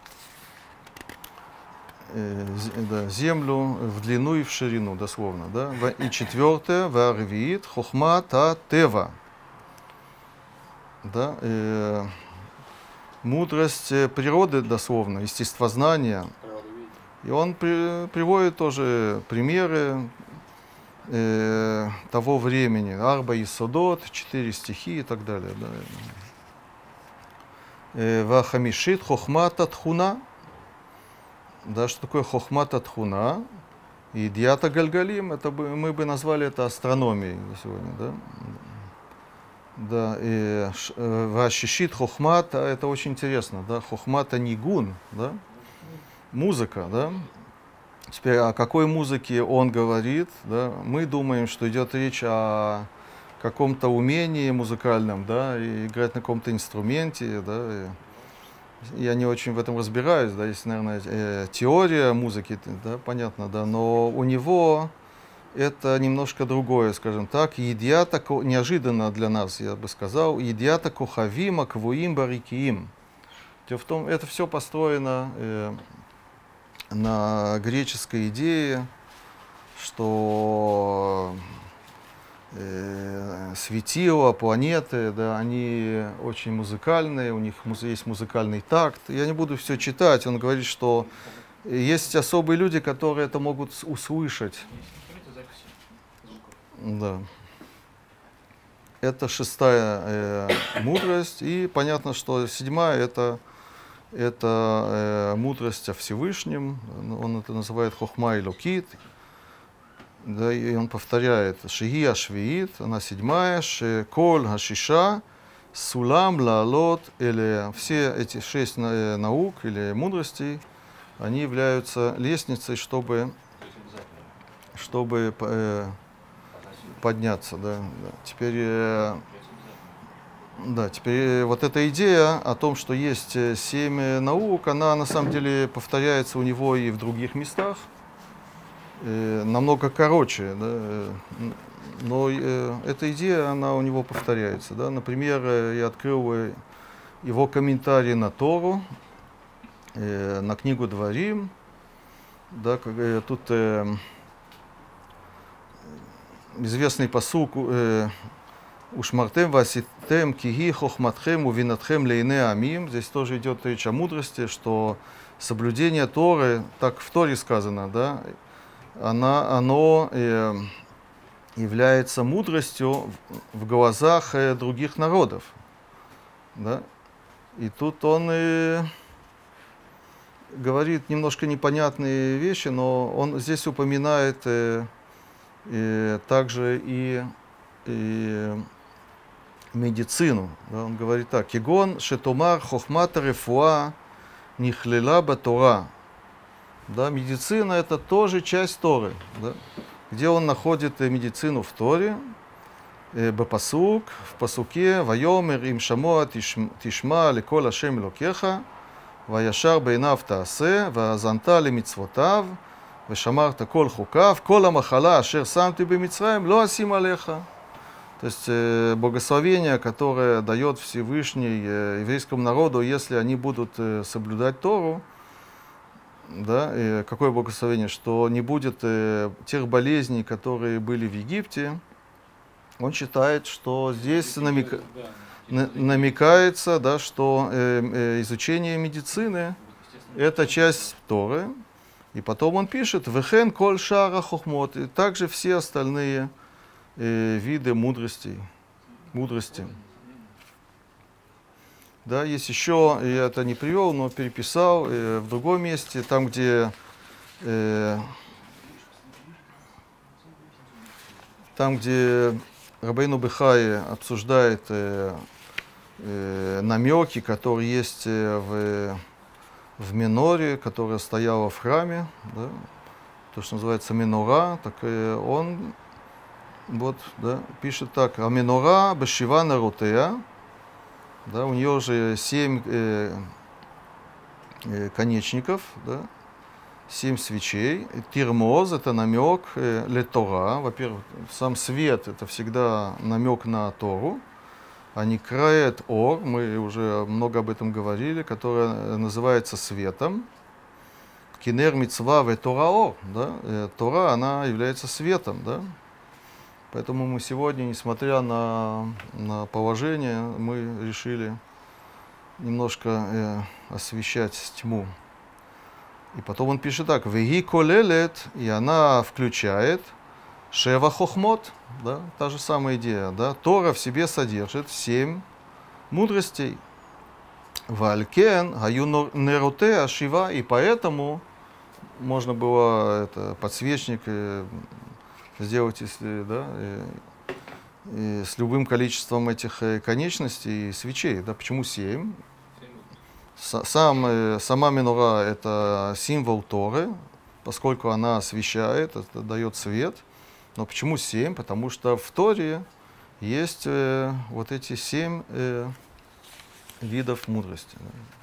A: Да, землю в длину и в ширину, дословно. Да? И четвертое, варвиит, хохма та тева. Да? Э, мудрость природы, дословно, естествознания. И он при, приводит тоже примеры э, того времени. Арба и Содот, четыре стихи и так далее. Да? Э, Вахамишит, хохма та тхуна. Да, что такое хохмата тхуна? И диата гальгалим, это бы, мы бы назвали это астрономией сегодня, да? Да, и вашишит хохмата, это очень интересно, да? Хохмата нигун, да? Музыка, да? Теперь о какой музыке он говорит, да? Мы думаем, что идет речь о каком-то умении музыкальном, да, и играть на каком-то инструменте, да, и я не очень в этом разбираюсь, да, есть, наверное, э, теория музыки, да, понятно, да, но у него это немножко другое, скажем так, едиата, неожиданно для нас, я бы сказал, едиата кохавима квуим барикиим. Дело в том, это все построено э, на греческой идее, что э, светила, планеты, да, они очень музыкальные, у них муз- есть музыкальный такт. Я не буду все читать, он говорит, что есть особые люди, которые это могут с- услышать. Да. Это шестая э, мудрость, и понятно, что седьмая это, это э, мудрость о Всевышнем, он это называет хохма и локит, да, и он повторяет шиги ашвиит, она седьмая, шеколь хашиша, сулам лаалот, или все эти шесть на- наук или мудростей, они являются лестницей, чтобы, чтобы э, подняться. Да, да. Теперь, э, да, теперь вот эта идея о том, что есть э, семь э, наук, она на самом деле повторяется у него и в других местах, э, намного короче. Да, э, н- но э, эта идея, она у него повторяется. Да. Например, э, я открыл э, его комментарий на Тору, э, на книгу Дворим. Да, как, э, тут э, известный пасук э, «Ушмартем васитем киги хохматхем увинатхем лейне амим». Здесь тоже идет речь о мудрости, что соблюдение Торы, так в Торе сказано, да, она, оно э, является мудростью в, в глазах э, других народов. Да. И тут он э, говорит немножко непонятные вещи, но он здесь упоминает э, э, также и, и медицину. Да, он говорит так: «Кигон шетомар хохмата рефуа нихлела батора». Да, медицина — это тоже часть Торы. Да. Где он находит э, медицину в Торе? Э, Бапасук, в пасуке «Вайомер им шамоа тишма лекол ашем элокеха, ваяшар бейнав таасе, ваазанта лемицвотав, ושמרת כל חוקיו, כל המחלה אשר שמתי במצרים, לא אשים עליך». То есть э, благословение, которое дает Всевышний э, еврейскому народу, если они будут э, соблюдать Тору, да, э, какое благословение, что не будет э, тех болезней, которые были в Египте. Он считает, что здесь намека... на- намекается, да, что э, э, изучение медицины — это часть Торы. И потом он пишет «Вехен коль шара хохмот», и также все остальные э, виды мудростей, мудрости. Да, есть еще, я это не привел, но переписал э, в другом месте, там, где э, там, где Рабейну Бехай обсуждает э, э, намеки, которые есть э, в в миноре, которая стояла в храме, да, то, что называется минора, так э, он вот, да, пишет так: «А минора бешива нарутея», да, у нее же семь э, э, конечников, да, семь свечей. Тирмоз — это намек э, ле-Тора. Во-первых, сам свет — это всегда намек на Тору. А Никрает Ор, мы уже много об этом говорили, которая называется светом. Кинер мицва ве Тора Ор, да? Э, Тора, она является светом, да? Поэтому мы сегодня, несмотря на, на положение, мы решили немножко э, освещать тьму. И потом он пишет так: «Веги колелет», и она включает шева хохмот, да, та же самая идея, да, Тора в себе содержит семь мудростей. Валькен гаю нероте ашива, и поэтому можно было это, подсвечник э, сделать, если, да, э, э, с любым количеством этих э, конечностей и свечей. Да, почему семь? Сам, э, сама минора — это символ Торы, поскольку она освещает, это дает свет. Но почему семь? Потому что в Торе есть э, вот эти семь э, видов мудрости.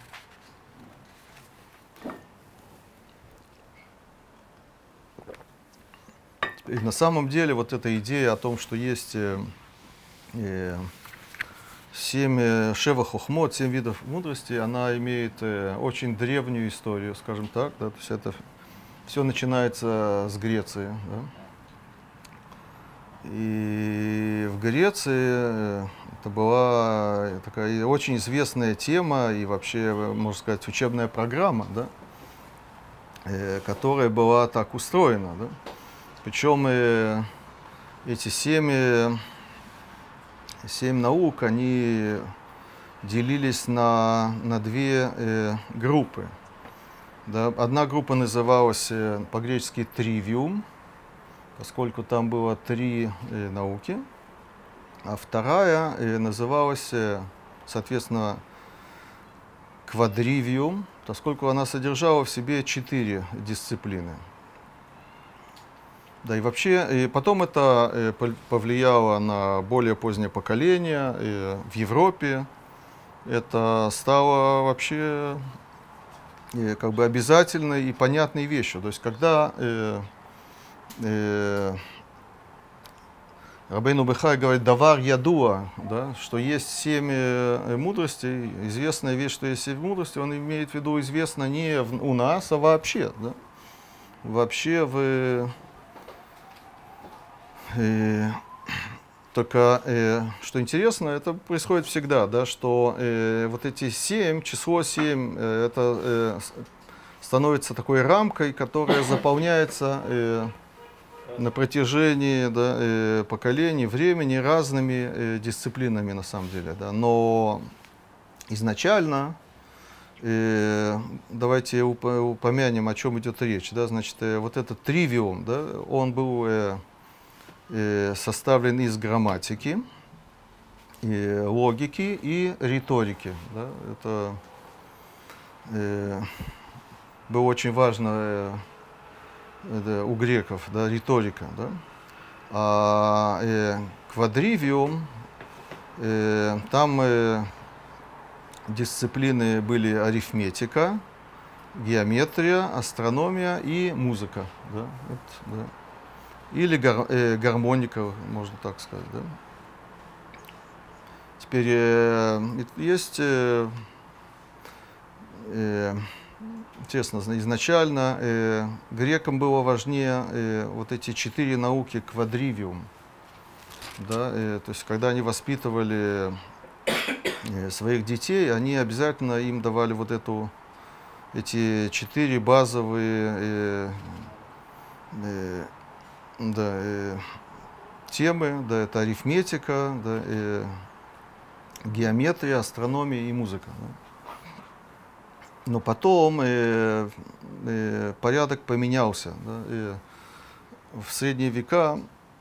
A: И на самом деле вот эта идея о том, что есть э, э, семь э, шева хохмот, семь видов мудрости, она имеет э, очень древнюю историю, скажем так. Да, то есть это все начинается с Греции. Да. И в Греции это была такая очень известная тема и вообще, можно сказать, учебная программа, да, которая была так устроена. Да. Причем э, эти семь, э, семь наук, они делились на, на две э, группы. Да. Одна группа называлась э, по-гречески «тривиум», поскольку там было три э, науки, а вторая э, называлась, э, соответственно, «квадривиум», поскольку она содержала в себе четыре дисциплины. Да, и вообще, и потом это э, повлияло на более позднее поколение э, в Европе. Это стало вообще э, как бы обязательной и понятной вещью. То есть, когда э, э, Рабейну Бехай говорит «давар ядуа», да, что есть семь э, мудростей, известная вещь, что есть семь мудростей, он имеет в виду известно не в, у нас, а вообще. Да? Вообще в... Э, только, э, что интересно, это происходит всегда, да, что э, вот эти семь, число семь, э, это э, становится такой рамкой, которая заполняется э, на протяжении, да, э, поколений, времени разными э, дисциплинами на самом деле. Да. Но изначально, э, давайте уп упомянем, о чем идет речь. Да. Значит, э, вот этот тривиум, да, он был... Э, составлен из грамматики, и логики и риторики. Да? Это э, было очень важно э, это у греков, да, риторика. Да? А э, квадривиум, э, там э, дисциплины были арифметика, геометрия, астрономия и музыка. Да? Это, да. Или гар, э, гармоника, можно так сказать. Да? Теперь э, есть, э, э, честно, изначально э, грекам было важнее э, вот эти четыре науки квадривиум. Да? Э, то есть, когда они воспитывали э, своих детей, они обязательно им давали вот эту, эти четыре базовые э, э, Да, э, темы, да, это арифметика, да, э, геометрия, астрономия и музыка. Да. Но потом э, э, порядок поменялся. Да, э, в средние века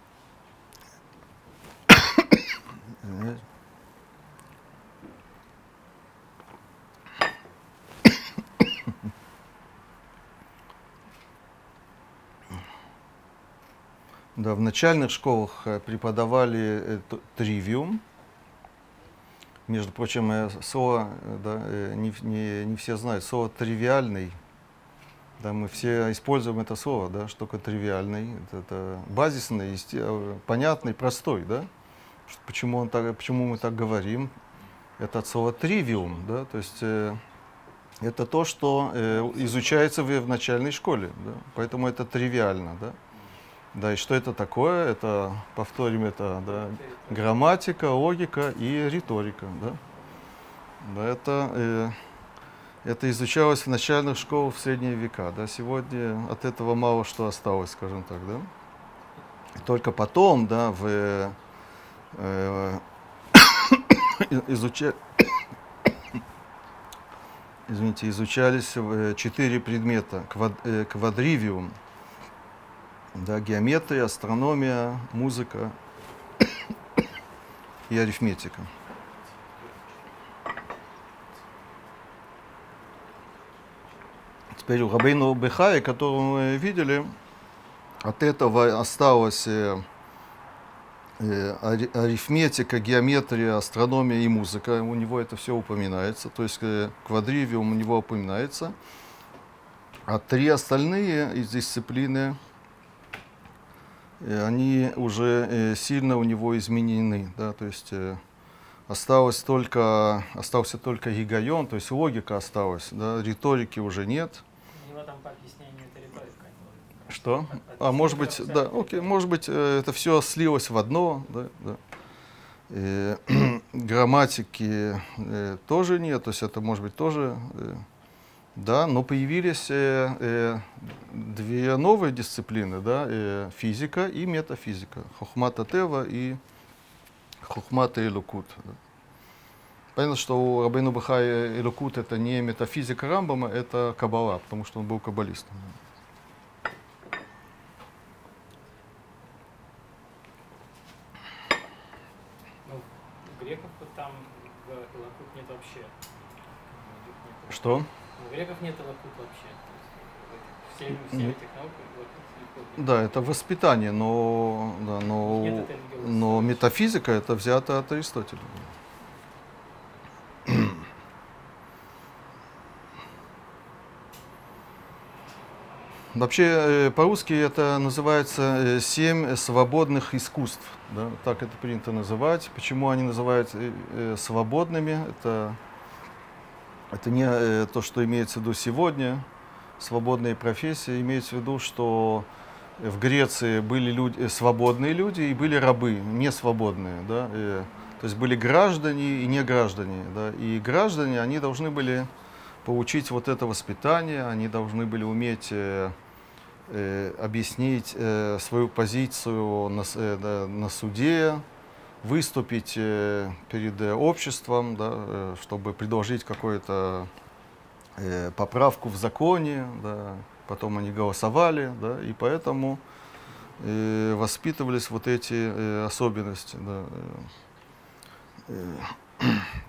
A: Да, в начальных школах преподавали тривиум. Между прочим, слово, да, не, не, не все знают, слово тривиальный. Да, мы все используем это слово, да, что такое тривиальный. Это, это базисный, понятный, простой. Да? Почему, он так, почему мы так говорим? Это от слова тривиум. Да? То есть э, это то, что э, изучается в, в начальной школе. Да? Поэтому это тривиально. Да? Да, и что это такое? Это, повторим, это да, грамматика, логика и риторика. Да? Да, это, э, это изучалось в начальных школах в средние века. Да? Сегодня от этого мало что осталось, скажем так. Да? Только потом, да, в, э, изуча... Извините, изучались четыре предмета. Квад, э, квадривиум. Да, геометрия, астрономия, музыка и арифметика. Теперь у Рабейну Бехая, которого мы видели, от этого осталось э, э, арифметика, геометрия, астрономия и музыка. У него это все упоминается, то есть э, квадривиум у него упоминается. А три остальные из дисциплины они уже э, сильно у него изменены, да, то есть э, осталось только, остался только гигайон, то есть логика осталась, да, риторики уже нет.
C: У него там по объяснению это риторика.
A: Что?
C: От- от
A: А может быть,
C: десятого
A: да,
C: октября.
A: окей, может быть, э, это все слилось в одно, да, да. Э, грамматики э, тоже нет, то есть это может быть тоже, э, да, но появились э, э, две новые дисциплины, да, э, физика и метафизика, хохмата тева и хохмата элокут. Да. Понятно, что у Рабейну Бахая элокут это не метафизика Рамбама, это каббала, потому что он был каббалистом.
C: Ну, у греков вот там в Элокут нет вообще. У них нет
A: Что?
C: Элокут. У греков нет Элокут вообще. То есть, все, все
A: Ну,
C: этих наук Элокут не входит.
A: да, это воспитание, но, да, но,
C: Нет этой религиозной
A: но
C: составляющей.
A: метафизика это взято от Аристотеля. Вообще э, по-русски это называется э, семь свободных искусств. Да? Так это принято называть. Почему они называют э, э, свободными? Это, это не э, то, что имеется в виду сегодня. Свободные профессии. Имеется в виду, что в Греции были люди, э, свободные люди и были рабы, несвободные. Да? Э, то есть были граждане и не граждане. Да? И граждане, они должны были получить вот это воспитание, они должны были уметь э, э, объяснить э, свою позицию на, э, да, на суде, выступить э, перед э, обществом, да, э, чтобы предложить какую-то э, поправку в законе, да, потом они голосовали, да, и поэтому э, воспитывались вот эти э, особенности. Да, э, э.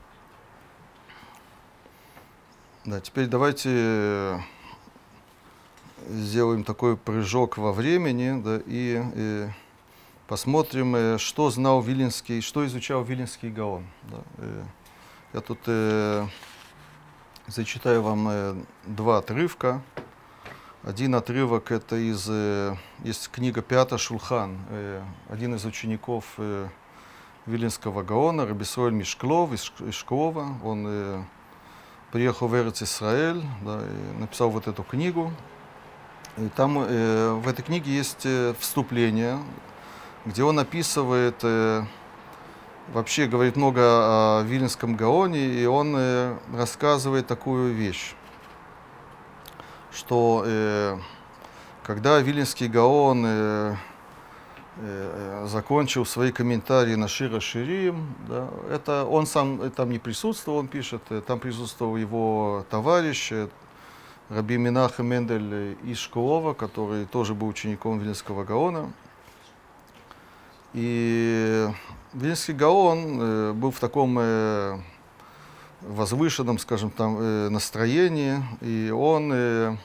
A: Да, теперь давайте э, сделаем такой прыжок во времени, да, и, и посмотрим, э, что знал Виленский, что изучал Виленский Гаон. Да. Э, я тут э, зачитаю вам э, два отрывка. Один отрывок это из э, есть книга Пята Шулхан, э, один из учеников э, Виленского Гаона, Раби Исроэль Мишклов из Шклова. Он э, приехал в Эрец-Исраэль, да, и написал вот эту книгу. И там э, в этой книге есть э, вступление, где он описывает, э, вообще говорит много о Виленском Гаоне, и он э, рассказывает такую вещь, что э, когда Виленский Гаон э, э, закончил свои комментарии на Шира Ширим, да, это он сам там не присутствовал, он пишет, там присутствовал его товарищ Раби Менахем Мендель из Шклова, который тоже был учеником Виленского Гаона. И Виленский Гаон э, был в таком э, возвышенном, скажем, там, э, настроении, и он э,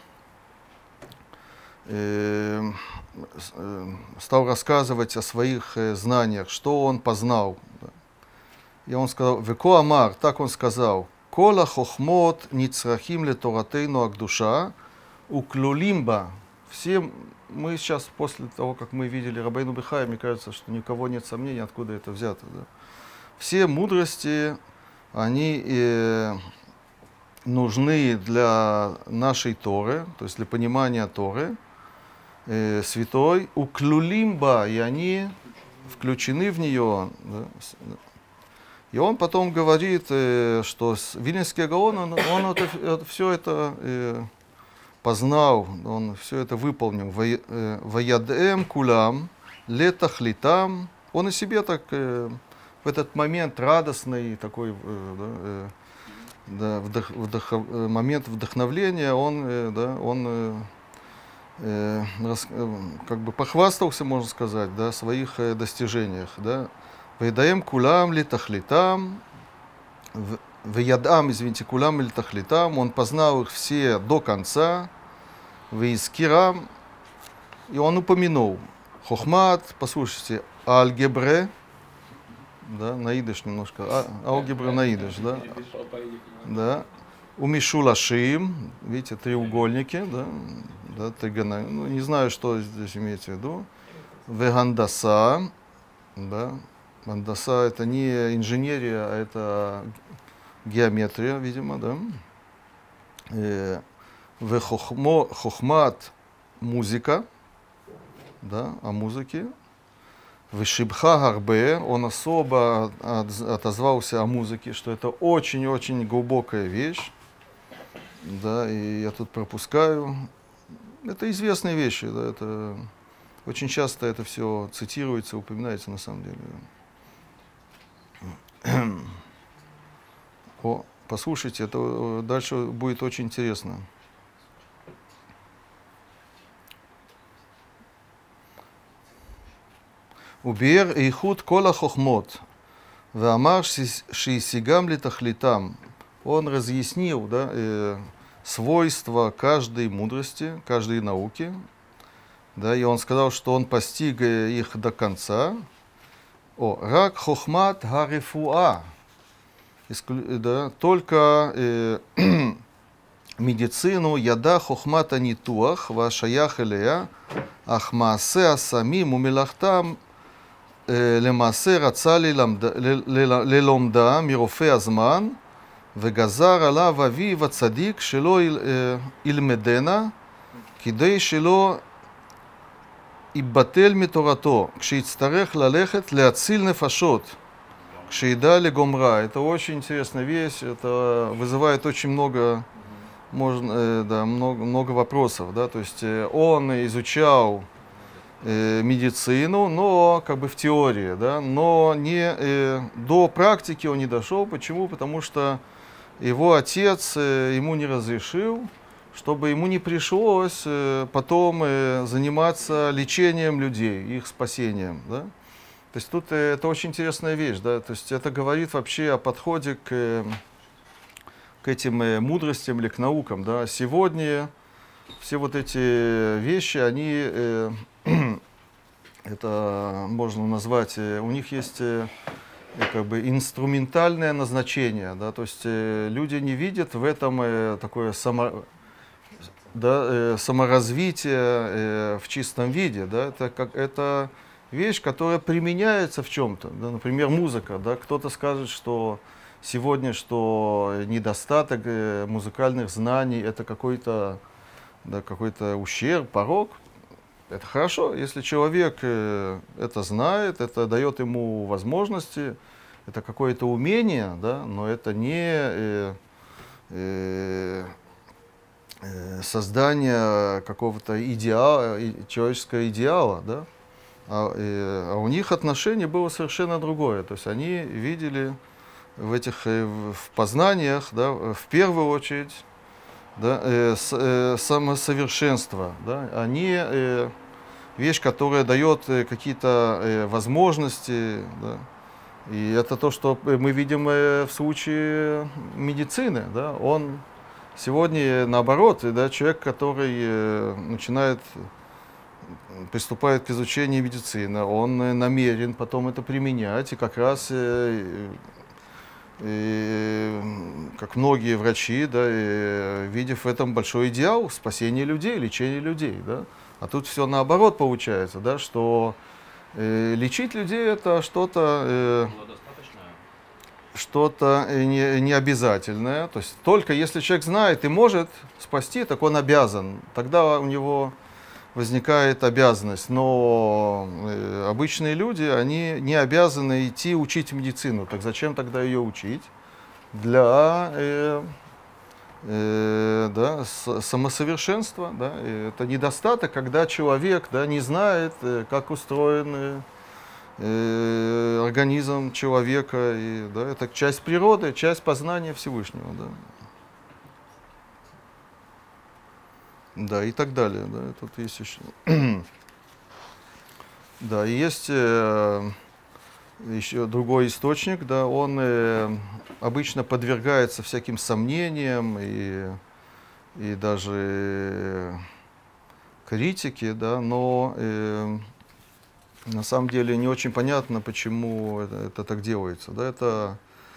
A: э, стал рассказывать о своих э, знаниях, что он познал. И он сказал, «Веко амар», так он сказал, «Кола хохмот ницрахим ле торатейну агдуша, уклюлимба». Все мы сейчас, после того, как мы видели Рабейну Бахая, мне кажется, что ни у кого нет сомнений, откуда это взято. Да? Все мудрости, они э, нужны для нашей Торы, то есть для понимания Торы э, святой, уклюлимба, и они включены в нее. Да? И он потом говорит, э, что Виленский Гаон, он, он это, это, все это э, познал, он все это выполнил. Ваядем кулам, летахлитам. Он и себе так э, в этот момент радостный, такой э, да, э, да, вдох, вдох, момент вдохновления, он, э, да, он э, э, рас, э, как бы похвастался, можно сказать, да, о своих э, достижениях. Да. Ваядем кулам, летахлитам. Веядам, извините, кулам или тахлитам, он познал их все до конца, веискирам, и он упомянул хохмат, послушайте, алгебре, да, на идыш немножко, а, алгебра на идыш, да, да, умишулашим, видите, треугольники, да, да, тригона, ну, не знаю, что здесь имеется в виду, вегандаса, да, гандаса это не инженерия, а это геометрия, видимо, да. В хохмат музыка, да, о музыке. Вишибха гарбе, он особо отозвался о музыке, что это очень-очень глубокая вещь. Да, и я тут пропускаю. Это известные вещи, да, это очень часто это все цитируется, упоминается на самом деле. О, послушайте, это дальше будет очень интересно. Убер ихуд кола хохмот, ваамар шиисигам литахлитам. Он разъяснил, да, э, свойства каждой мудрости, каждой науки, да, и он сказал, что он постиг их до конца. О, рак хохмат гарифуа, да, только э, медицину яда хохмата нитуах вашаях элея ахмаасе асамим умилахтам למעשה רצה ללומדה מרופא הזמן וגזר עליו אביו הצדיק שלא ילמדנה כדי שלא ייבטל מתורתו כשיצטרך ללכת להציל נפשות כשידע לגומרה. Это очень интересная вещь, это вызывает очень много, можно, да, много, много вопросов, да? То есть он изучал медицину, но как бы в теории, да, но не э, до практики он не дошел. Почему? Потому что его отец э, ему не разрешил, чтобы ему не пришлось э, потом э, заниматься лечением людей, их спасением, да. То есть тут э, это очень интересная вещь, да, то есть это говорит вообще о подходе к, э, к этим э, мудростям или к наукам, да. Сегодня все вот эти вещи, они э, это можно назвать, у них есть как бы инструментальное назначение, да, то есть люди не видят в этом такое само, да, саморазвитие в чистом виде, да, это, как, это вещь, которая применяется в чем-то, да, например, музыка, да, кто-то скажет, что сегодня, что недостаток музыкальных знаний это какой-то, да, какой-то ущерб, порок. Это хорошо, если человек э, это знает, это дает ему возможности, это какое-то умение, да, но это не э, э, э, создание какого-то идеала, человеческого идеала, да, а, э, а у них отношение было совершенно другое. То есть они видели в этих э, в познаниях, да, в первую очередь, да, э, с, э, самосовершенство, да, они э, вещь, которая дает э, какие-то э, возможности, да, и это то, что мы видим э, в случае медицины, да, он сегодня наоборот, да, человек, который э, начинает, приступает к изучению медицины, он э, намерен потом это применять, и как раз э, И, как многие врачи, да, и, видев в этом большой идеал спасения людей, лечения людей, да. А тут все наоборот получается, да, что э, лечить людей это что-то э, что-то не, не обязательное. То есть только если человек знает и может спасти, так он обязан. Тогда у него возникает обязанность. Но э, обычные люди, они не обязаны идти учить медицину. Так зачем тогда ее учить? Для э, э, да, с, самосовершенства. Да? Это недостаток, когда человек, да, не знает, э, как устроен э, э, организм человека. И, да, это часть природы, часть познания Всевышнего. Да. Да, и так далее. Да, тут есть еще. Да, и есть э, еще другой источник, да, он э, обычно подвергается всяким сомнениям и, и даже э, критике, да, но э, на самом деле не очень понятно, почему это, это так делается. Да, это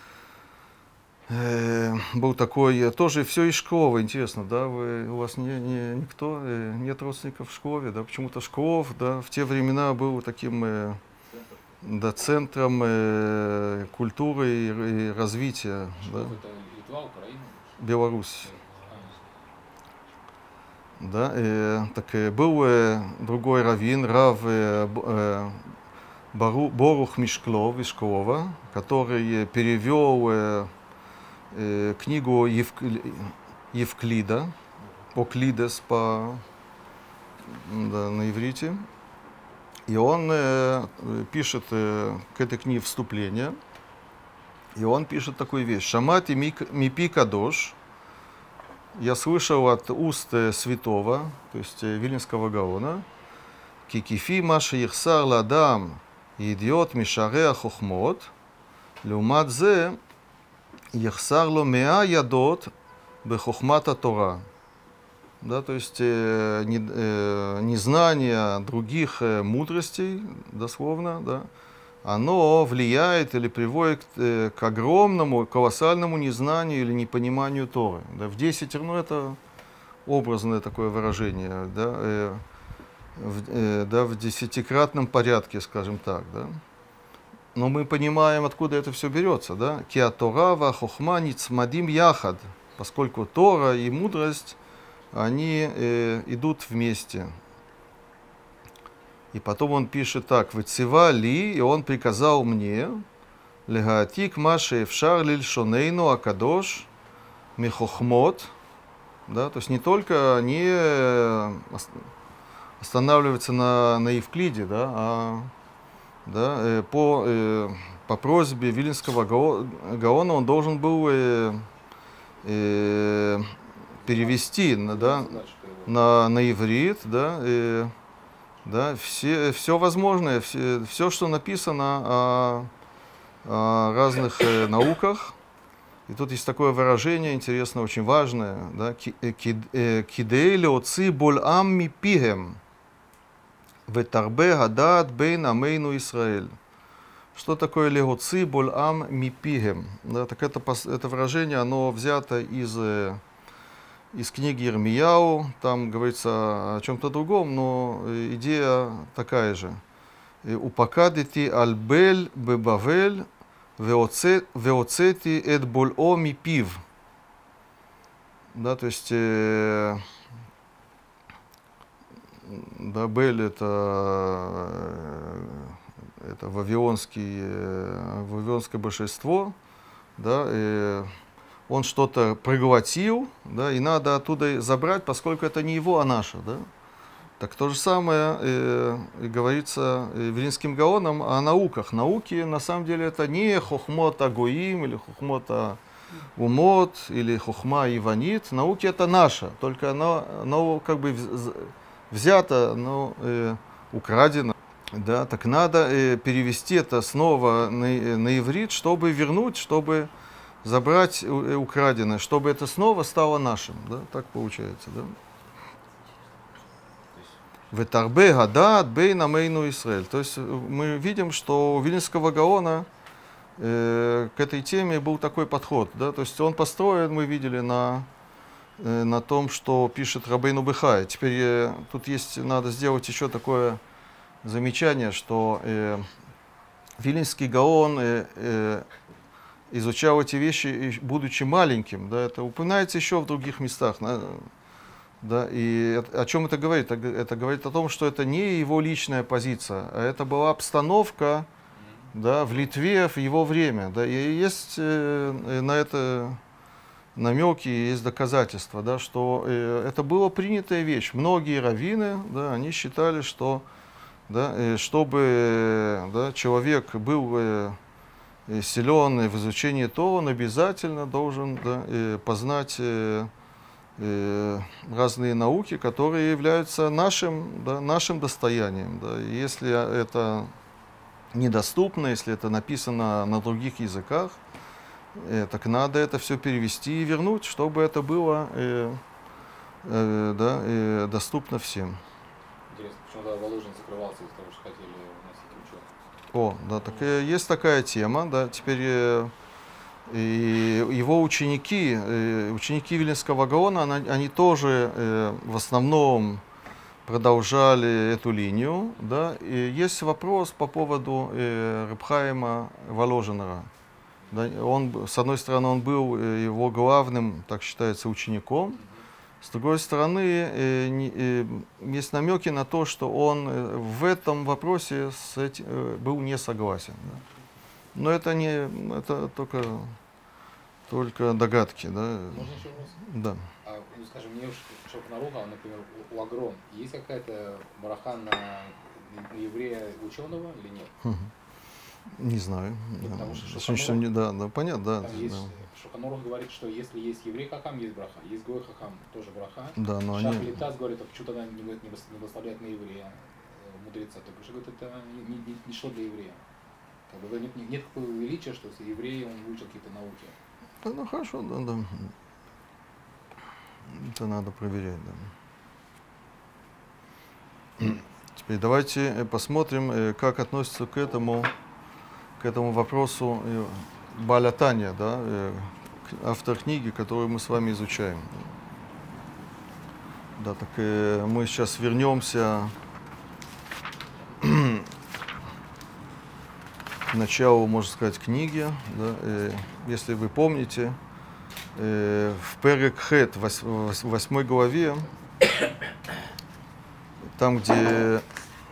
A: Э, был такой, тоже все из Шклова, интересно, да, вы, у вас не, не, никто, э, нет родственников в Шклове, да, почему-то Шклов, да, в те времена был таким, э, да, центром э, культуры и, и развития,
B: Шклов,
A: да.
B: это Литва, Украина?
A: Беларусь. Да, э, так э, был э, другой раввин, Рав э, Б- э, Бару- Борух Мишклов из Шклова, который перевел э, э, книгу Евк- Евклида, Оклидес по, да, на иврите. И он э, пишет э, к этой книге вступление. И он пишет такую вещь. Шамати мик- мипи кадош. Я слышал от уст э, святого, то есть э, Вильнинского Гаона, кикифи маши ихсар ладам идиот мишареа хохмот, леумат зе ихсар ло меа ядот бехохмата Тора. Да, то есть э, не, э, незнание других э, мудростей, дословно, да, оно влияет или приводит э, к огромному, колоссальному незнанию или непониманию Торы. Да, в десять, ну это образное такое выражение, да, э, в, э, да, в десятикратном порядке, скажем так. Да. Но мы понимаем, откуда это все берется. Да? Киа Тора ва хохма ницмадим яхад, поскольку Тора и мудрость, они э, идут вместе. И потом он пишет так: «Вецива ли», и он приказал мне, «Легаатик маши эфшар лиль шонейну акадош михохмот», да, то есть не только не останавливаться на, на Евклиде, да, а да, э, по, э, по просьбе Виленского Гао- Гаона он должен был э, э, перевести на, да, на, на иврит, да, э, да, все, все возможное, все, все, что написано о, о разных э, науках. И тут есть такое выражение интересное, очень важное, да, «Кидей леоци боль ам мипигем, ветарбе гадат бейн амейну Исраэль». Что такое леоци боль ам мипигем? Да, так это, это выражение, оно взято из... из книги Ирмияу, там говорится о чем-то другом, но идея такая же. «Упакадити альбель бебавель веоцети эт боль-о мипив». Да, то есть, э, да, Бель это, это вавилонский, э, вавилонское божество, да, э, он что-то проглотил, да, и надо оттуда забрать, поскольку это не его, а наше. Да? Так то же самое э, и говорится Вилинским Гаоном о науках. Науки, на самом деле, это не хохмот агоим, или хохмот умот, или хохма иванит. Науки это наше, только оно, оно как бы взято, оно э, украдено. Да? Так надо э, перевести это снова на, на иврит, чтобы вернуть, чтобы забрать украденное, чтобы это снова стало нашим. Да? Так получается. Да? Ветарбе гадат бейн амейну Исраэль. То есть мы видим, что у Вильнинского Гаона э, к этой теме был такой подход. Да? То есть он построен, мы видели, на, э, на том, что пишет Рабейну Бехай. Теперь э, тут есть, надо сделать еще такое замечание, что э, Вильнинский Гаон э, э, изучал эти вещи, будучи маленьким, да, это упоминается еще в других местах, да, и о чем это говорит? Это, это говорит о том, что это не его личная позиция, а это была обстановка, да, в Литве в его время, да, и есть э, на это намеки, есть доказательства, да, что э, это была принятая вещь. Многие раввины, да, они считали, что, да, э, чтобы, да, человек был э, силен в изучении Тора, он обязательно должен, да, э, познать э, э, разные науки, которые являются нашим, да, нашим достоянием. Да. И если это недоступно, если это написано на других языках, э, так надо это все перевести и вернуть, чтобы это было э, э, да, э, доступно всем.
B: Интересно, почему тогда Воложин закрывался из-за того, что хотели вносить ученых?
A: О, да, так э, есть такая тема, да, теперь э, и его ученики, э, ученики Виленского Гаона, они, они тоже э, в основном продолжали эту линию, да, и есть вопрос по поводу э, Реб Хаима Воложенера. Да, он, с одной стороны, он был его главным, так считается, учеником, С другой стороны, э, не, э, есть намеки на то, что он э, в этом вопросе с эти, э, был не согласен. Да. Но это не, это только, только догадки, да.
B: Можно еще вопрос?
A: Да.
B: А, ну, скажем, мне в Шулхан Аруха, например, у, у Агрон, есть какая-то браха на, на еврея ученого или нет?
A: Мгм. Не знаю.
B: Ну,
A: Да.
B: потому что
A: Что-
B: Шулхан
A: что
B: Арух-
A: не- да, да, понятно, да.
B: Там есть,
A: Да.
B: Шулхан Арух говорит, что если есть еврей хахам, есть браха. Есть гой хахам, тоже браха.
A: Да, но
B: Шах
A: они...
B: Литас говорит, а почему тогда не, не, вос- не выставляет на еврея э, мудреца? Так что говорит, это не, не, не шло для еврея. Как бы, нет, нет, нет такого величия, что если еврей, он выучил какие-то науки.
A: Да, ну хорошо, да, да. Это надо проверять, да. Теперь давайте э, посмотрим, э, как относится к этому, к этому вопросу э, Бааля Таня, да, э, к- автор книги, которую мы с вами изучаем. Да, так э, мы сейчас вернемся к началу, можно сказать, книги. Да, э, если вы помните, э, в Перек Хет, вось- вось- восьмой главе, там, где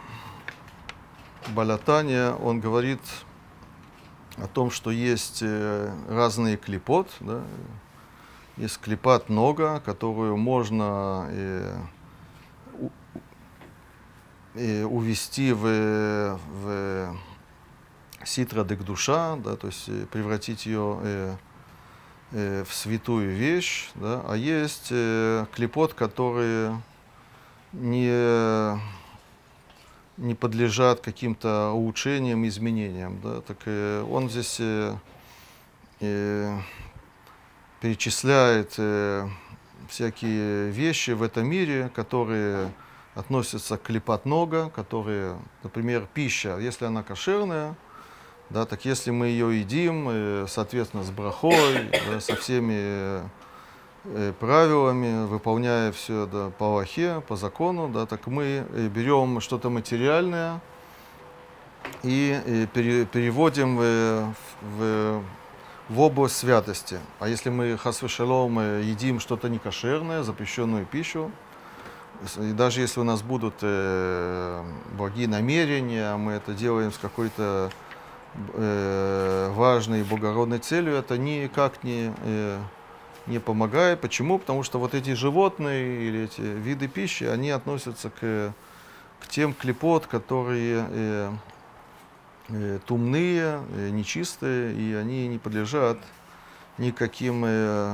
A: Бааля Таня, он говорит о том, что есть э, разные клипот, да, есть клипат много, которую можно э, у- э, увести в, в ситра дек душа, да, то есть э, превратить ее э, э, в святую вещь, да, а есть э, клипот, которые не, не подлежат каким-то улучшениям, изменениям. Да, так э, он здесь э, э, перечисляет э, всякие вещи в этом мире, которые относятся к клипат нога, которые, например, пища, если она кошерная, да, так если мы ее едим, э, соответственно, с брахой, да, со всеми э, правилами, выполняя все, да, по алахе, по закону, да, так мы э, берем что-то материальное и, э, пере- переводим в, в, в область святости. А если мы хас вешалом э, едим что-то некошерное, запрещенную пищу, с- и даже если у нас будут э, благие намерения, мы это делаем с какой-то э, важной и благородной целью, это никак не, э, не помогает. Почему? Потому что вот эти животные или эти виды пищи, они относятся к, к тем клипот, которые э, э, тумные, э, нечистые, и они не подлежат никаким э,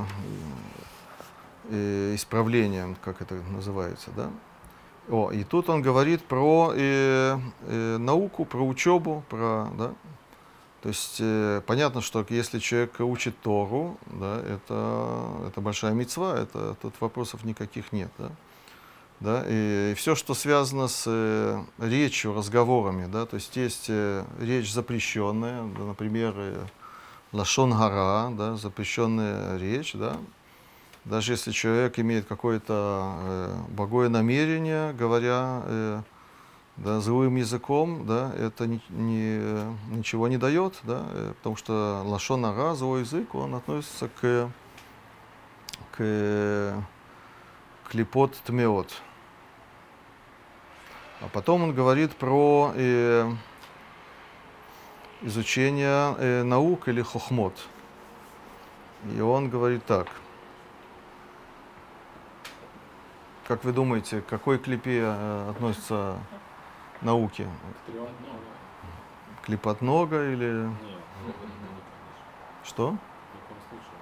A: э, исправлениям, как это называется, да? О, и тут он говорит про э, э, науку, про учебу, про, да? То есть э, понятно, что если человек учит Тору, да, это, это большая мицва, это, тут вопросов никаких нет. Да? Да? И, все, что связано с э, речью, разговорами, да, то есть есть э, речь запрещенная, да, например, э, лашон гара, да, запрещенная речь, да? Даже если человек имеет какое-то э, благое намерение, говоря э, да, злым языком, да, это ни, ни- ничего не дает, да, э, потому что лашон ара, злой язык, он относится к, к клипот тмеот. А потом он говорит про э, изучение э, наук или хохмот. И он говорит так. Как вы думаете, к какой клипе э, относятся науки?
B: Трем,
A: Клипот нога или
B: нет,
A: что?
B: ни в коем случае.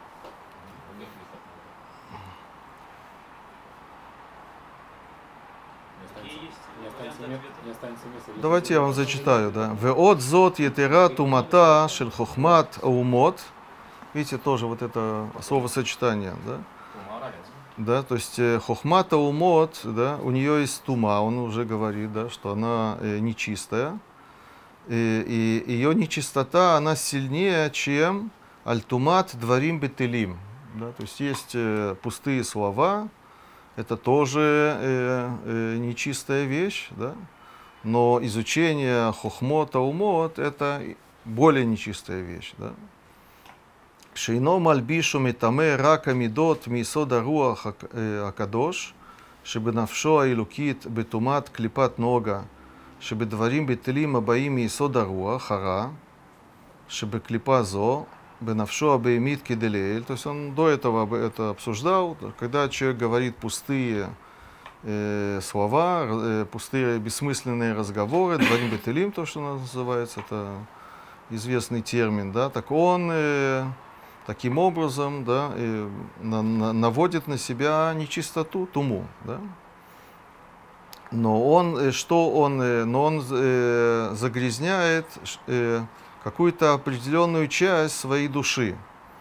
B: Не
C: Какие есть
B: останется, не останется,
C: варианты
B: места,
C: ответа?
B: не останется места. Если
A: Давайте я
B: вы-
A: вам зачитаю, да. Веот зот етера тумата шель хохмат аумот. Видите, тоже вот это словосочетание, да? Да, то есть э, хохмат аумот, да, у нее есть тума, он уже говорит, да, что она э, нечистая. И, и ее нечистота, она сильнее, чем альтумат дворим бетелим. Да, то есть есть э, пустые слова, это тоже э, э, нечистая вещь, да? Но изучение хохмот, аумот — это более нечистая вещь. Да? שאינו מלביש ומטמא רק המידות מיסוד הרוח הקדוש, שבנפשו האלוקית בטומאת קליפת נוגה, שבדברים בטלים הבאים מיסוד הרוח הרע, שבקליпа зо, бенавшо абеймит киделеэль. То есть он до этого это обсуждал, когда человек говорит пустые э, слова, э, пустые бессмысленные разговоры, дварим бетелим, то, что называется, это известный термин, да, так он э, таким образом, да, э, на, на, наводит на себя нечистоту, туму, да. Но он, что он, но он э, загрязняет э, какую-то определенную часть своей души,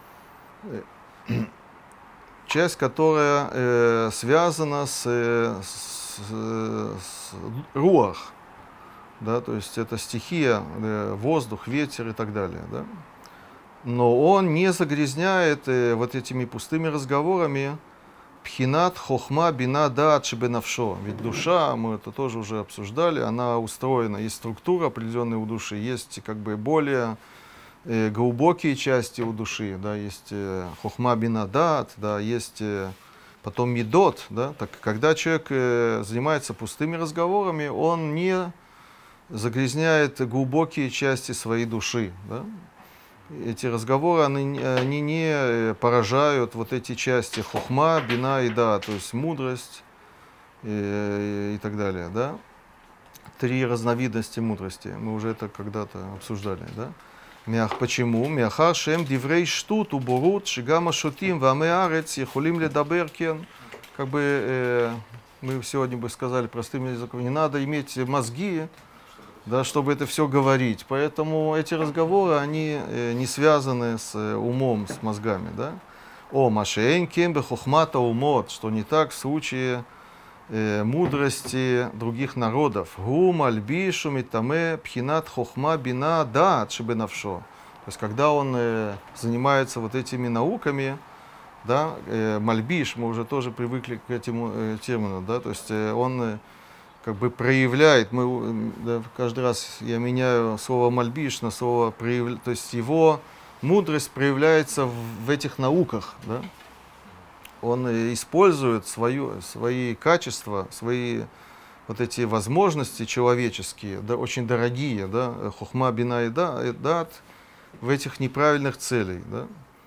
A: часть, которая э, связана с, с, с руах, да, то есть это стихия, э, воздух, ветер и так далее, да. Но он не загрязняет э, вот этими пустыми разговорами пхинат хохма бина даат шебенавшо. Ведь душа, мы это тоже уже обсуждали, она устроена, есть структура определенная у души, есть как бы более э, глубокие части у души, да, есть э, хохма бина даат, да, есть э, потом мидот, да, так когда человек э, занимается пустыми разговорами, он не загрязняет глубокие части своей души, да. Эти разговоры, они, они не поражают вот эти части хохма, бина и да, то есть мудрость и, и так далее, да. Три разновидности мудрости, мы уже это когда-то обсуждали, да. Мях, почему? Мяхар шем диврей штут уборут шигама шутим ваме арец ехулим ледабер кен. Как бы э, мы сегодня бы сказали простым языком, не надо иметь мозги, да, чтобы это все говорить. Поэтому эти разговоры, они э, не связаны с э, умом, с мозгами, да. О, машейн кембе хохмата умот, что не так в случае э, мудрости других народов. Гум альбишу митаме пхинат хохма бина да шебенавшо. То есть, когда он э, занимается вот этими науками, да, э, мальбиш, мы уже тоже привыкли к этому э, термину, да, то есть э, он э, как бы проявляет, мы, да, каждый раз я меняю слово мальбиш на слово проявляет, то есть его мудрость проявляется в, в этих науках, да? Он использует свою, свои качества, свои вот эти возможности человеческие, да, очень дорогие, да, хохма, бина и дат, в этих неправильных целях, да.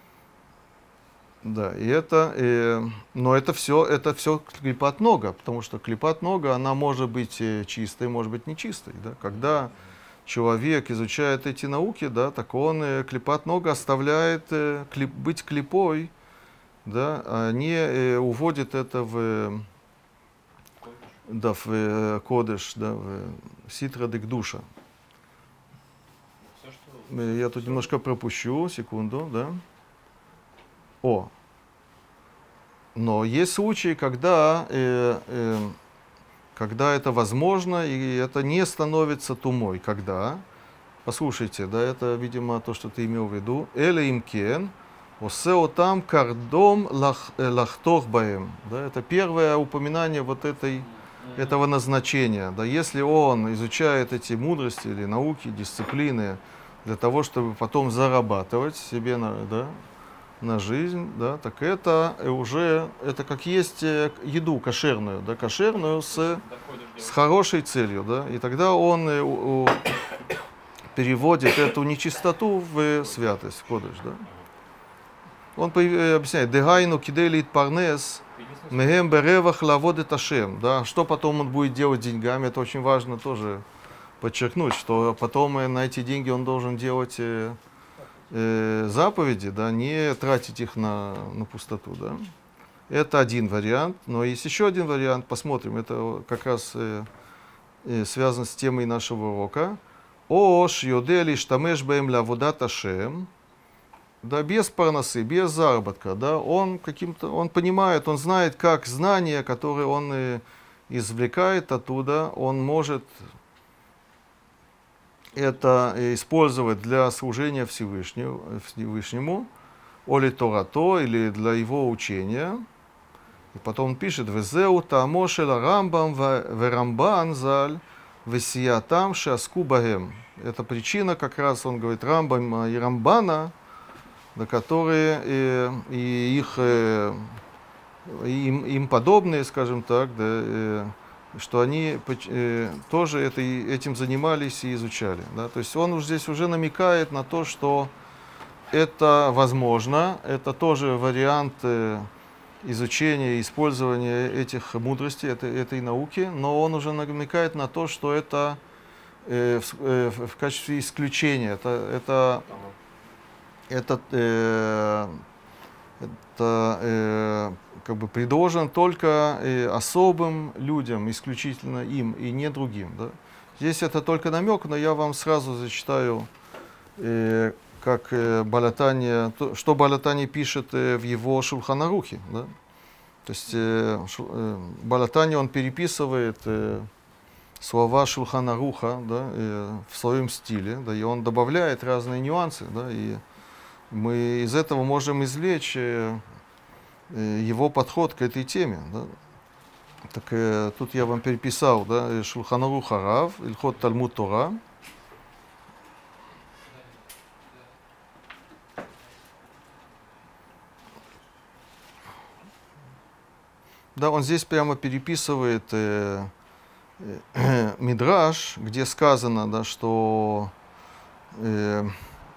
A: Да, и это, э, но это все, это все клипат нога, потому что клипат нога, она может быть чистой, может быть нечистой, да. Когда человек изучает эти науки, да, так он э, клипат нога оставляет э, клип, быть клипой, да, а не э, уводит это в, да, в э, кодеш, да, в ситра декдуша. Я тут немножко пропущу, секунду, да. О, но есть случаи, когда, э, э, когда это возможно, и это не становится тумой. Когда, послушайте, да, это, видимо, то, что ты имел в виду. Эле имкен, осео там кардом лахтох баем. Да, это первое упоминание вот этой, этого назначения. Да, если он изучает эти мудрости или науки, дисциплины для того, чтобы потом зарабатывать себе на, да, на жизнь, да, так это уже, это как есть еду кошерную, да, кошерную с, с хорошей целью, да, и тогда он э, у, переводит эту нечистоту в святость, в кодеш, да. Он объясняет, дегайну киделит парнес, мегем беревах лаводет ашем, да, что потом он будет делать деньгами, это очень важно тоже подчеркнуть, что потом на эти деньги он должен делать э, э, заповеди, да, не тратить их на, на пустоту, да. Это один вариант, но есть еще один вариант, посмотрим, это как раз э, э, связано с темой нашего урока. Ош йодели штамеш бэм лаводат ашем, да, без парносы, без заработка, да, он каким-то, он понимает, он знает, как знания, которые он э, извлекает оттуда, он может это использовать для служения Всевышнему, Всевышнему, оли Торато, или для его учения. И потом он пишет, «Везеу тамо шела рамбам верамбан заль весиятам шаску багем». Это причина, как раз он говорит, Рамбам и Рамбана, да, которые э, и их э, им, им подобные, скажем так, да, э, что они э, тоже это, этим занимались и изучали. Да. То есть он уж здесь уже намекает на то, что это возможно, это тоже вариант э, изучения и использования этих мудростей, этой, этой науки, но он уже намекает на то, что это э, в, э, в качестве исключения. Это, это, это, э, это э, как бы предложен только э, особым людям, исключительно им, и не другим. Да? Здесь это только намек, но я вам сразу зачитаю, э, как э, Балатани, то, что Балатани пишет э, в его Шулхан Арухе. Да? То есть э, шу, э, Балатани, он переписывает э, слова Шулхан Аруха, да, э, в своем стиле, да, и он добавляет разные нюансы, да, и мы из этого можем извлечь э, э, его подход к этой теме. Да. Так э, тут я вам переписал, да, Шулхан Арух Арав, Ильхот Талмуд Тора. Да, он здесь прямо переписывает э, э, Мидраш, где сказано, да, что э,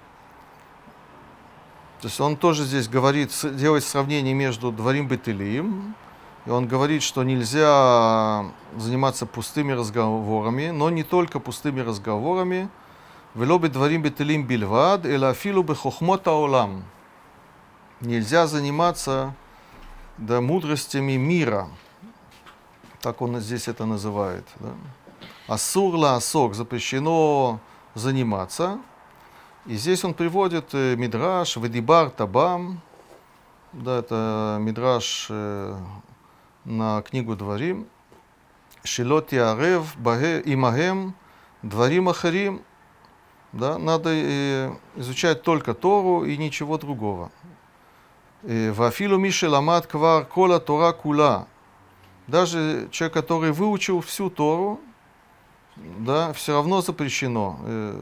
A: то есть он тоже здесь говорит, делает сравнение между Дворим Бетелим, и он говорит, что нельзя заниматься пустыми разговорами, но не только пустыми разговорами. Вело бедварим бетелим бильвад, эла афилу бехохмот аолам. Нельзя заниматься, да, мудростями мира, так он здесь это называет. Да. Асур ла асок, запрещено заниматься. И здесь он приводит э, мидраш «Ведибар табам», да, это мидраш э, на книгу Дворим, «Шилот ярев имахем дворим ахарим», да, надо э, изучать только Тору и ничего другого. «Вафилу мишель амад квар кола Тора кула», даже человек, который выучил всю Тору, да, все равно запрещено. Э,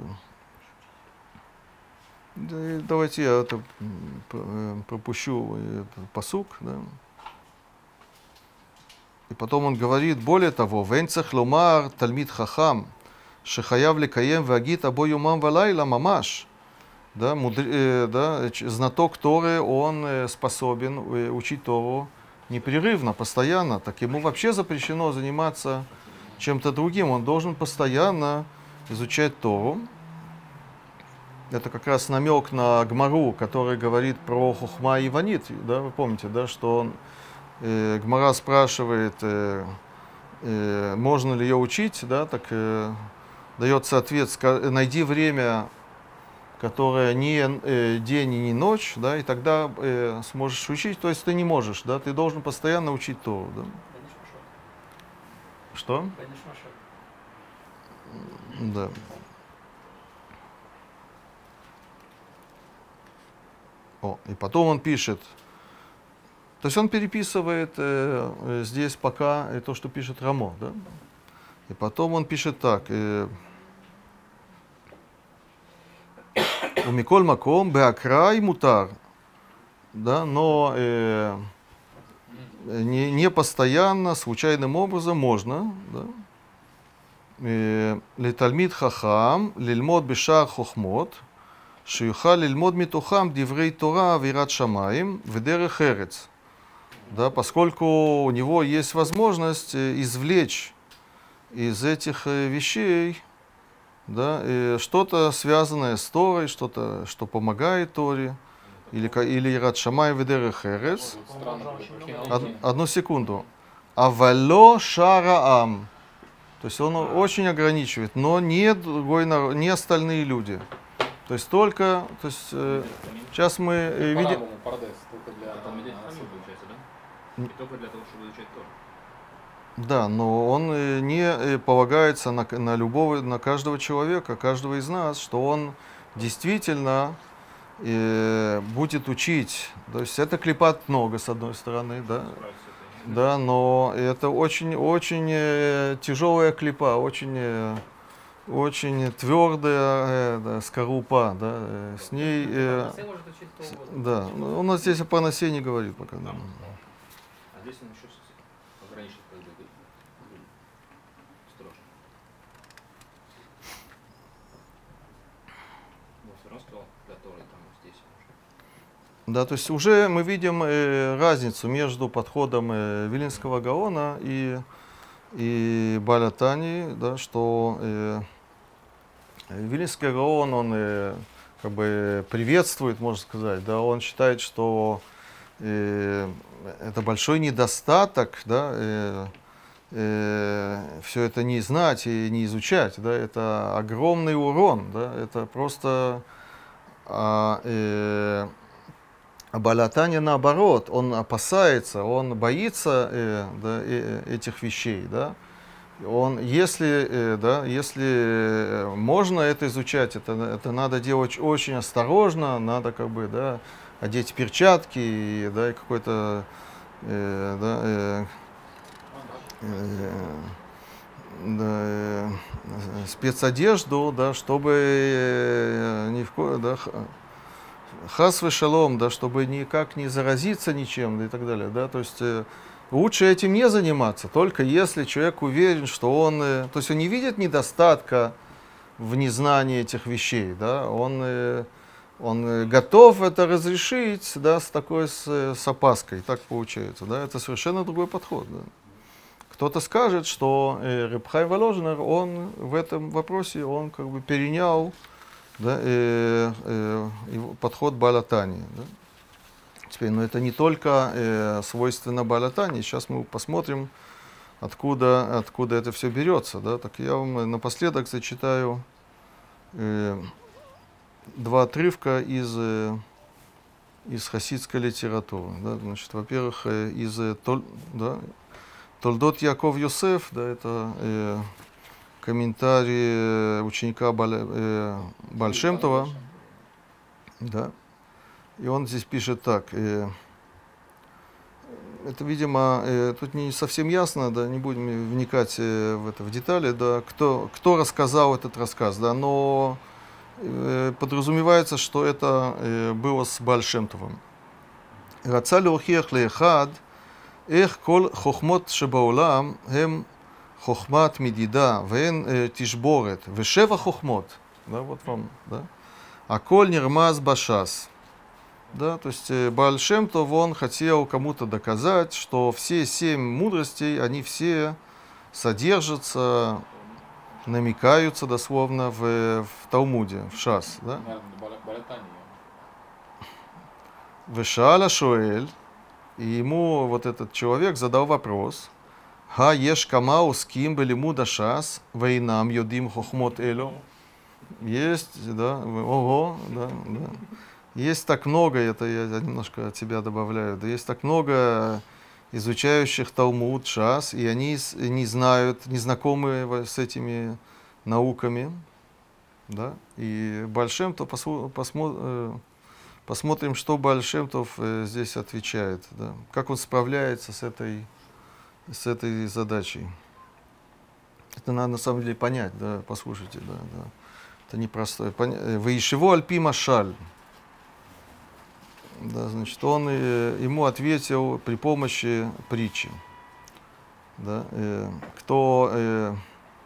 A: Давайте я это пропущу пасук. Да. И потом он говорит, более того, «Венцах ломар талмид хахам, шехаяв лекаем вагит або юмам валайла мамаш». Да, мудр, э, да, знаток Торы, он способен учить Тору непрерывно, постоянно. Так ему вообще запрещено заниматься чем-то другим. Он должен постоянно изучать Тору. Это как раз намек на Гмару, который говорит про хохма и ванит. Да, вы помните, да, что он, э, Гмара спрашивает, э, э, можно ли ее учить, да, так э, дается ответ, найди время, которое не э, день и не ночь, да, и тогда э, сможешь учить, то есть ты не можешь, да, ты должен постоянно учить Тору. Да. Что? Да. О, и потом он пишет, то есть он переписывает э, здесь пока э, то, что пишет Рамо, да? И потом он пишет так, э, у Миколь Маком беакрай мутар, да, но э, не, не постоянно, случайным образом можно, да? Летальмид хахам, лильмод бешар хохмот, שיוכל ללמוד מתוכם דברי תורה ויראת שמיים ודרך ארץ. Да, поскольку у него есть возможность извлечь из этих вещей, да, что-то связанное с Торой, что-то, что помогает Торе, или, или Ират Шамай Ведерех Эрец. Одну секунду. Авало шараам. То есть он очень ограничивает, но не другой народ, не остальные люди. То есть только, то есть э, сейчас мы э, видим.
D: И только для того, чтобы изучать Тору.
A: Да, но он э, не э, полагается на, на любого, на каждого человека, каждого из нас, что он действительно э, будет учить. То есть это клипат много, с одной стороны, да. Да, но это очень, очень э, тяжелая клипа, очень э, очень твердая э, да, скорлупа, да, э, с ней, э,
C: Парнасе может учить кто
A: с-
C: угодно.
A: да, ну, у нас здесь о панасе не говорит пока, да.
D: А здесь он еще с- ограничен, как бы, да, строже. Но все равно сказал, для Торы там здесь уже.
A: Да, то есть уже мы видим э, разницу между подходом э, Вилинского Гаона и, и Бааля Тани, да, что э, Вилинский Гаон, он э, как бы приветствует, можно сказать, да, он считает, что э, это большой недостаток, да, э, э, все это не знать и не изучать, да, это огромный урон, да, это просто а, э, а Бааля Тани наоборот, он опасается, он боится э, да, э, этих вещей, да. Он, если, э, да, если э, можно это изучать, это, это надо делать очень осторожно, надо как бы, да, одеть перчатки и, да, и какой-то э, да, э, э, да, э, спецодежду, да, чтобы э, ни в ко... да, х- хас ве шалом, да, чтобы никак не заразиться ничем, да, и так далее, да, то есть э, лучше этим не заниматься, только если человек уверен, что он, э, то есть он не видит недостатка в незнании этих вещей, да, он, э, он э, готов это разрешить, да, с такой, с, э, с опаской, так получается, да, это совершенно другой подход, да. Кто-то скажет, что э, Реб Хай Воложнер, он в этом вопросе, он как бы перенял, да, э, э, его подход Бааля Тани, да. Теперь, но это не только э, свойственно Бааля Тани. Сейчас мы посмотрим, откуда, откуда это все берется. Да. Так я вам напоследок зачитаю э, два отрывка из, э, из хасидской литературы. Да. Значит, во-первых, э, из э, Толь, да, Толдот Яков Йосеф, да, это э, комментарий ученика Бааля, э, Бааль Шем Това. Да. И он здесь пишет так. Э, это, видимо, э, тут не совсем ясно, да, не будем вникать э, в это в детали, да, кто, кто рассказал этот рассказ, да, но э, подразумевается, что это э, было с Бааль Шем Товом. רצה להוכיח לאחד איך כל חוכמות שבעולם הם חוכמת מדידה והן אה, תשבורת, ושבע חוכמות, да, вот вам, да, הכל נרמז בש"ס. Да, то есть э, Бааль Шем Тов, он хотел кому-то доказать, что все семь мудростей, они все содержатся, намекаются дословно в, в Талмуде, в Шас. Да?
B: Наверное, Бааля Бааля Тани.
A: Вешаала Шоэль, и ему вот этот человек задал вопрос: Ха еш камау ским белимуда шас, вейнам йодим хохмот элю. Есть, да, ого, да, да. Есть так много, это я немножко от себя добавляю, да, есть так много изучающих Талмуд, Шас, и они не знают, не знакомы с этими науками, да, и Бааль Шем Тов, посмо, посмотрим, что Бааль Шем Тов здесь отвечает, да, как он справляется с этой, с этой задачей. Это надо на самом деле понять, да, послушайте, да, да. Это непростое. Ваишево альпи машаль. Да, значит, он э, ему ответил при помощи притчи. Да, э, кто э,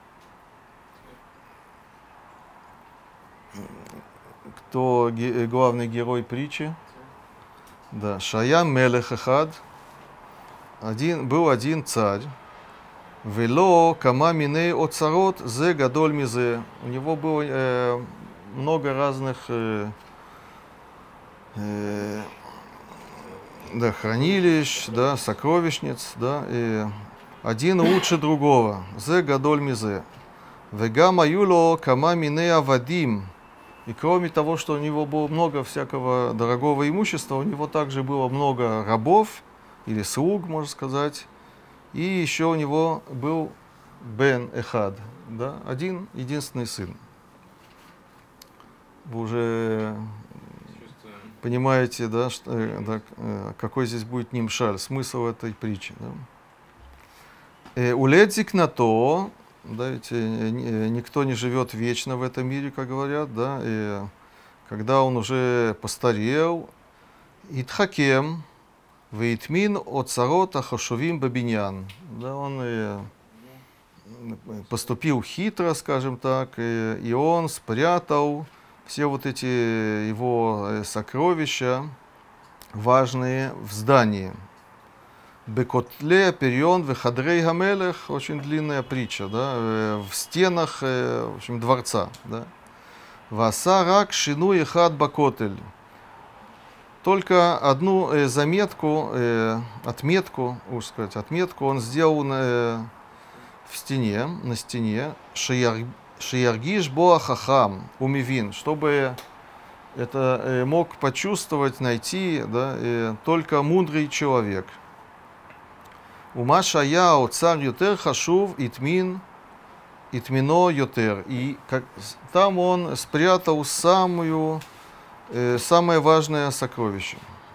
A: кто ге, главный герой притчи? Да, Шая Мелех Эхад. Один, был один царь. Вело кама миней оцарот зе гадоль мизе. У него было э, много разных э, э, да, хранилищ, да, сокровищниц, да, и один лучше другого. Зе гадоль мизе. Вегам аюло кама миней авадим. И кроме того, что у него было много всякого дорогого имущества, у него также было много рабов или слуг, можно сказать. И еще у него был Бен Эхад, да, один единственный сын. Вы уже понимаете, да, что, да, какой здесь будет нимшаль, смысл этой притчи. Да? Уледзик на то, да, ведь никто не живет вечно в этом мире, как говорят, да, и когда он уже постарел, Итхакем, Вейтмин оцарот ахашувим бабиньян, да, он и поступил хитро, скажем так, и, и он спрятал все вот эти его сокровища важные в здании. Бекотле перион вехадрей гамелех, очень длинная притча, да, в стенах, в общем, дворца, да. Васарак шину и хат бакотель. Только одну заметку, отметку, уж сказать, отметку он сделал на, в стене, на стене, шияргиш боа хахам, умивин, чтобы это мог почувствовать, найти, да, только мудрый человек. Ума шаяо царь ютер хашув итмин, итмино ютер. И как, там он спрятал самую, э, самое важное сокровище.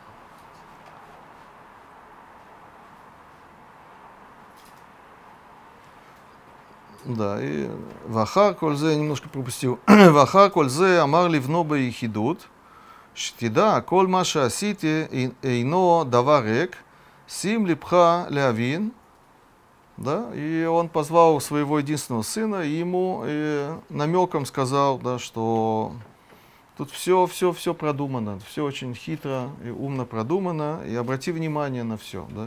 A: Да, и вахар кользе, я немножко пропустил. Вахар кользе амар ливно баихидут, штида кол маша асити эйно даварек, сим липха лявин. Да, и он позвал своего единственного сына, и ему и намеком сказал, да, что тут все, все, все продумано, все очень хитро и умно продумано, и обрати внимание на все, да.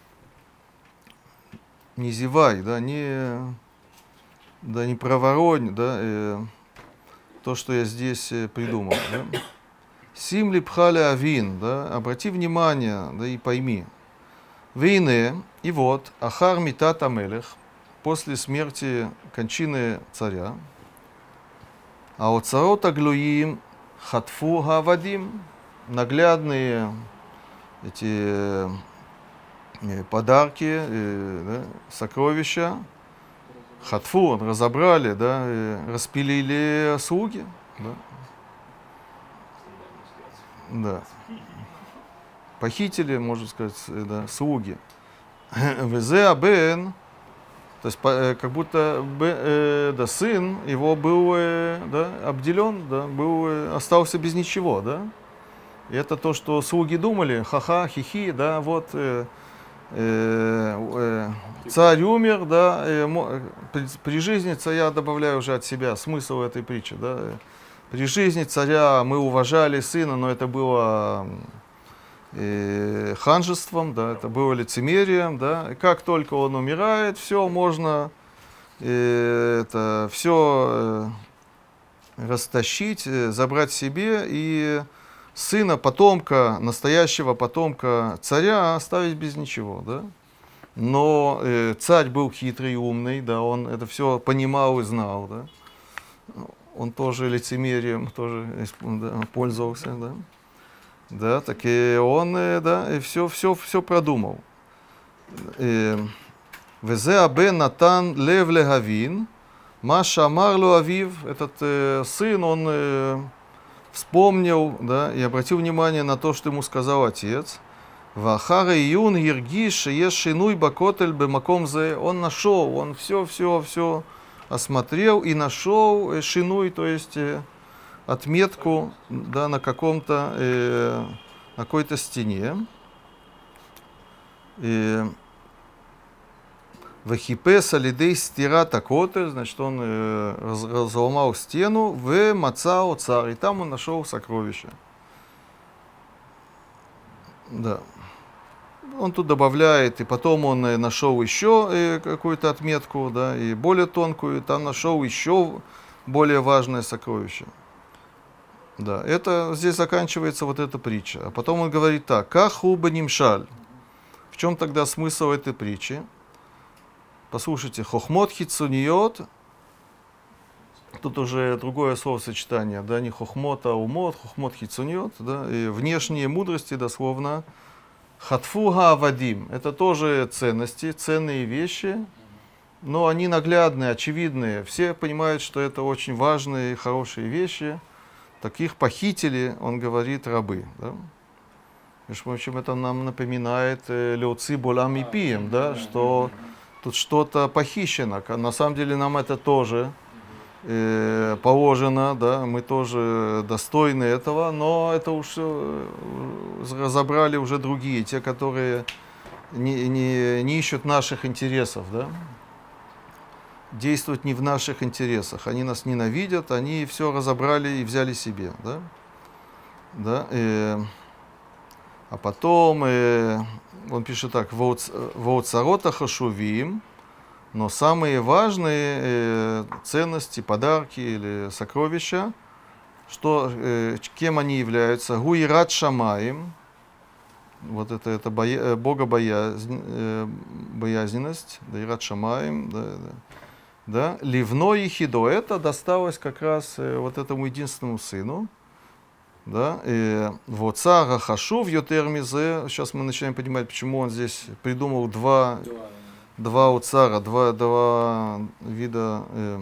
A: Не зевай, да, не, да, не проворонь, да, э, то, что я здесь придумал, да. Сим липха лявин, да, обрати внимание, да, и пойми. Вейне, и вот, ахар митат амелех, после смерти, кончины царя, а от царот аглуим хатфу гавадим, наглядные эти подарки, да, сокровища, хатфу, разобрали, да, распилили слуги, да. Да. Похитили, можно сказать, да, слуги. Везе абен, то есть как будто э, да, сын его был, э, да, обделен, да, был, э, остался без ничего, да. И это то, что слуги думали, ха-ха, хихи, да, вот э, э, э, царь умер, да, э, при, при жизни царя, добавляю уже от себя смысл этой притчи, да. При жизни царя мы уважали сына, но это было и ханжеством, да, это было лицемерием, да, и как только он умирает, все можно и это все растащить, забрать себе и сына, потомка, настоящего потомка царя оставить без ничего, да. Но э, царь был хитрый и умный, да, он это все понимал и знал, да. Он тоже лицемерием тоже, да, пользовался, да. Да, так и он, да, и все, все, все продумал. Везе абен натан лев легавин, маша амарлу авив, этот э, сын, он э, вспомнил, да, и обратил внимание на то, что ему сказал отец. Вахара июн гиргиш еш шинуй бакотель бемаком зе, он нашел, он все, все, все осмотрел и нашел шинуй, то есть э, отметку, да, на каком-то, э, на какой-то стене. Вахипес алидей стирата котель, значит, он э, раз, разломал стену, в мацао царь, и там он нашел сокровище. Да. Он тут добавляет, и потом он э, нашел еще э, какую-то отметку, да, и более тонкую, и там нашел еще более важное сокровище. Да, это здесь заканчивается вот эта притча. А потом он говорит так: «Каху банимшаль». В чем тогда смысл этой притчи? Послушайте, хохмот хицуниот, тут уже другое словосочетание, да, не хохмот, а умот, хохмот хицуниот, да, и внешние мудрости, дословно, хатфуга авадим, это тоже ценности, ценные вещи, но они наглядные, очевидные, все понимают, что это очень важные, хорошие вещи, таких похитили, он говорит, рабы, да. В общем, это нам напоминает леоци болам и пием, да, что тут что-то похищено. На самом деле нам это тоже э, положено, да, мы тоже достойны этого, но это уж э, разобрали уже другие, те, которые не, не, не ищут наших интересов, да. Действовать не в наших интересах. Они нас ненавидят, они все разобрали и взяли себе. Да? Да? И, а потом и, он пишет так: «Воуцарота хашувим», но самые важные э, ценности, подарки или сокровища, что, э, кем они являются? Гуират шамаим, вот это, это боя, богобоязнь, э, боязненность, да, ират шамаим, да, да. Да, ливно и хидо, это досталось как раз э, вот этому единственному сыну. Да, и вот цара хашув йотермизе. Сейчас мы начинаем понимать, почему он здесь придумал два, два уцара, два, два вида э,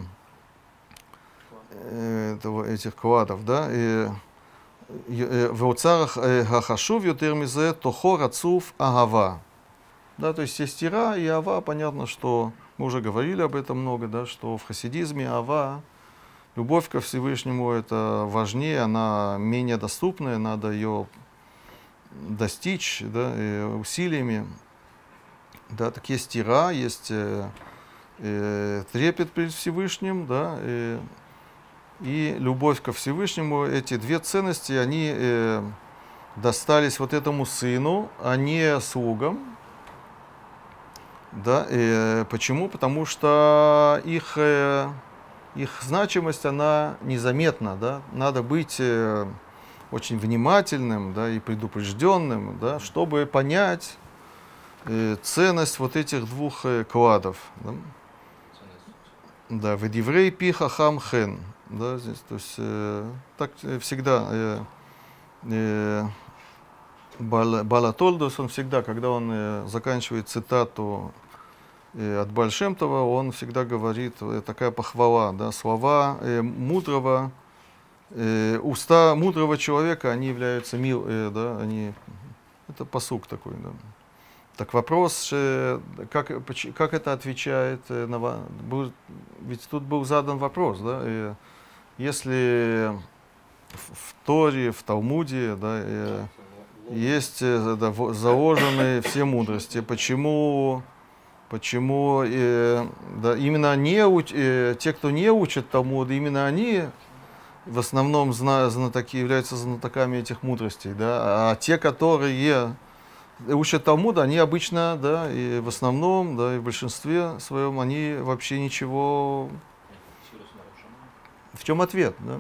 A: э, этого, этих кладов. Да, и в уцарах хашув йотермизе тохо рацув агава. Да, то есть есть ира и ава, понятно, что мы уже говорили об этом много, да, что в хасидизме ава, любовь ко Всевышнему, это важнее, она менее доступная, надо ее достичь, да, усилиями. Да, так есть ира, есть э, э, трепет перед Всевышним, да, э, и любовь ко Всевышнему. Эти две ценности, они э, достались вот этому сыну, а не слугам. Да, и почему? Потому что их, их значимость, она незаметна. Да? Надо быть очень внимательным, да, и предупрежденным, да, чтобы понять ценность вот этих двух кладов. Да, да, «Ведиврей пи хахам хэн». Да, здесь, то есть, э, так всегда э, э, Балатолдос, он всегда, когда он э, заканчивает цитату э, от Бааль Шем Това, он всегда говорит, э, такая похвала, да, слова э, мудрого, э, уста мудрого человека, они являются мил, э, да, они, это пасук такой, да. Так вопрос, э, как, как это отвечает, э, на, был, ведь тут был задан вопрос, да, э, если в, в Торе, в Талмуде, да, э, есть да, заложены все мудрости. Почему, почему э, да, именно не, э, те, кто не учат Талмуд, именно они в основном зна, знатоки, являются знатоками этих мудростей. Да? А те, которые учат Талмуд, они обычно, да, и в основном, да, и в большинстве своем, они вообще ничего... В чем ответ? Да?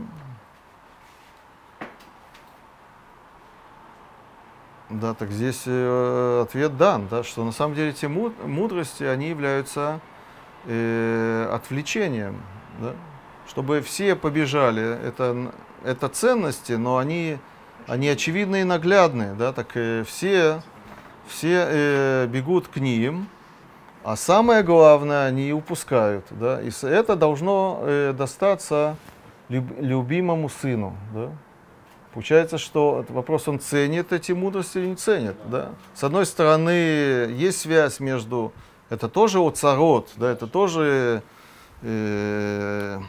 A: Да, так здесь э, ответ дан, да, что на самом деле эти мудрости, они являются э, отвлечением, да, чтобы все побежали. Это, это ценности, но они, они очевидные и наглядные, да, так э, все, все э, бегут к ним, а самое главное, они упускают, да, и это должно э, достаться люб, любимому сыну, да. Получается, что вопрос, он ценит эти мудрости или не ценит. Да? С одной стороны, есть связь между... Это тоже оцарот, да, это тоже э,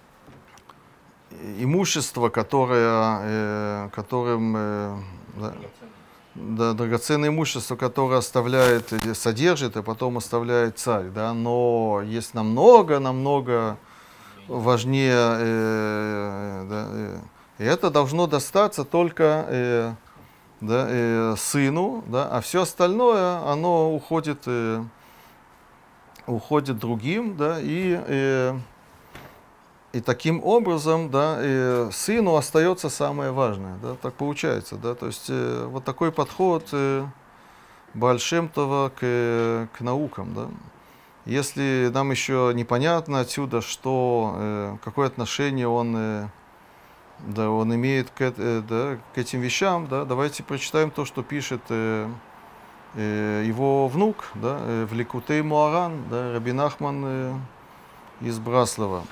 A: имущество, которое, э, которым... Э, да, да, драгоценное имущество, которое оставляет, содержит, и потом оставляет царь. Да? Но есть намного, намного важнее... Э, да, э, И это должно достаться только э, да, э, сыну, да, а все остальное, оно уходит, э, уходит другим, да, и, э, и таким образом, да, э, сыну остается самое важное, да, так получается, да, то есть э, вот такой подход э, Бааль Шем Това к, к наукам, да. Если нам еще непонятно отсюда, что, э, какое отношение он э, Да, он имеет к, э, да, к этим вещам, да, давайте прочитаем то, что пишет э, э, его внук, да, э, в Ликутей Муаран, да, Раби Нахман э, из Браслова.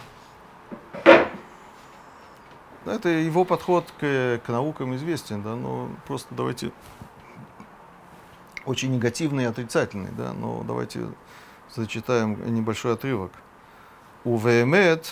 A: Да, это его подход к, к наукам известен, да, но просто давайте очень негативный и отрицательный, да, но давайте зачитаем небольшой отрывок. Увеемет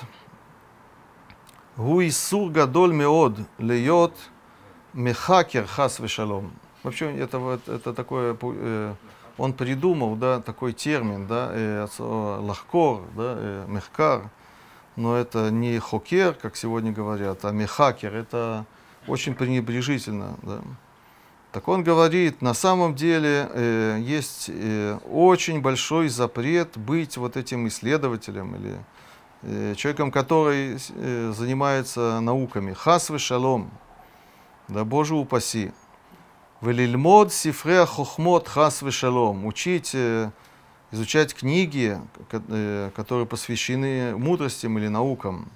A: гу иссур гадоль меод льет мехакер хас вешалом. Вообще это вот это такое, э, он придумал, да, такой термин, да, э, лахкор, да, э, мехкар, но это не хокер, как сегодня говорят, а мехакер. Это очень пренебрежительно, да. Так он говорит, на самом деле э, есть э, очень большой запрет быть вот этим исследователем или э, человеком, который э, занимается науками. Хас вешалом, да Боже упаси. Велильмод сифреа хохмот хас вешалом. Учить, э, изучать книги, э, которые посвящены мудростям или наукам.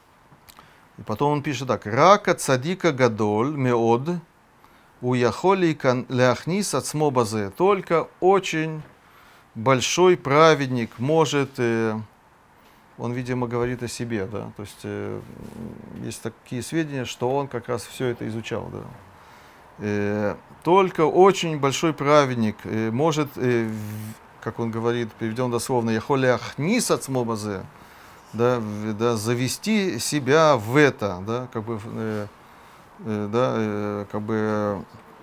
A: И потом он пишет так. Рака цадика гадоль меод. Уяхоли ляхнис от смобазе. Только очень большой праведник может, э, он, видимо, говорит о себе, да, то есть э, есть такие сведения, что он как раз все это изучал, да. Э, только очень большой праведник э, может, э, в, как он говорит, переведем дословно, яхоли ляхнис от смобазе, да, да, завести себя в это, да, как бы э, да, э, как бы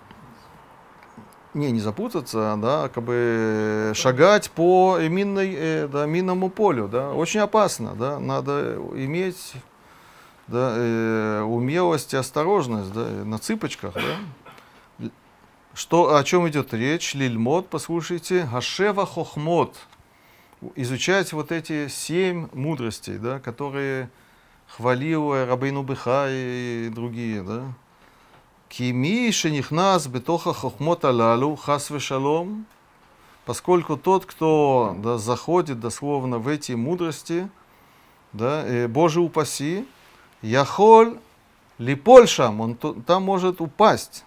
A: не, не запутаться, да, как бы шагать по минной, э, да, минному полю, да, очень опасно, да, надо иметь, да, э, умелость и осторожность, да, на цыпочках, да. Что, о чем идет речь? Лильмот, послушайте, гашева хохмот, изучать вот эти семь мудростей, да, которые хвалил Рабейну Бехай и другие, да. Кими шенихнас бетоха хохмот алалу хас вешалом, поскольку тот, кто, да, заходит дословно в эти мудрости, да, э, Боже упаси, яхоль липольшам, он то, там может упасть.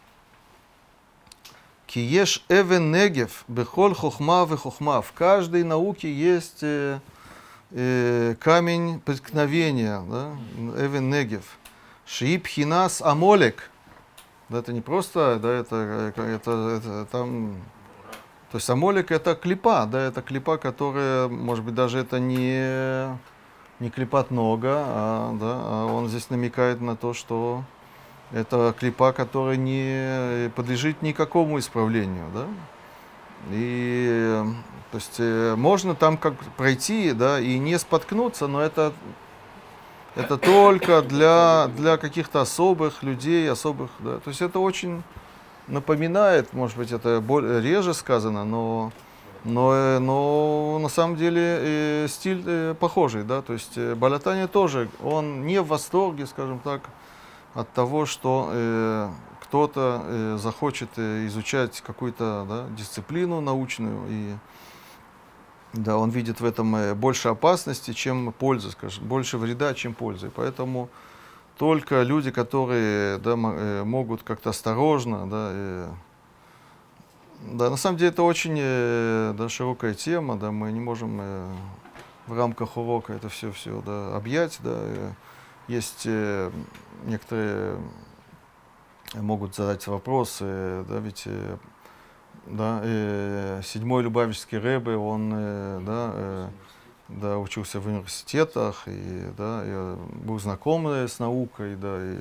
A: Киеш эвен негев бехоль хохма ве хохма. В каждой науке есть э, э, камень преткновения, да, эвен негев. Шиип хинас амолек. Да, это не просто, да, это, это, это там, то есть амолек это клипа, да, это клипа, которая, может быть, даже это не, не клипат нога, а, да, а он здесь намекает на то, что это клипа, которая не подлежит никакому исправлению, да. И, то есть, можно там как пройти, да, и не споткнуться, но это Это только для, для каких-то особых людей, особых, да. То есть это очень напоминает, может быть, это более, реже сказано, но, но, но на самом деле э, стиль э, похожий, да. То есть э, Бааль ха-Тanya тоже, он не в восторге, скажем так, от того, что э, кто-то э, захочет э, изучать какую-то, да, дисциплину научную, и да, он видит в этом больше опасности, чем пользы, скажем, больше вреда, чем пользы. Поэтому только люди, которые, да, могут как-то осторожно, да, и, да, на самом деле это очень, да, широкая тема, да, мы не можем в рамках урока это все, все, да, объять, да. Есть некоторые могут задать вопросы, да, ведь да, э, седьмой Любавичский ребе, он э, да, э, да, учился в университетах и, да, и был знаком с наукой, да, и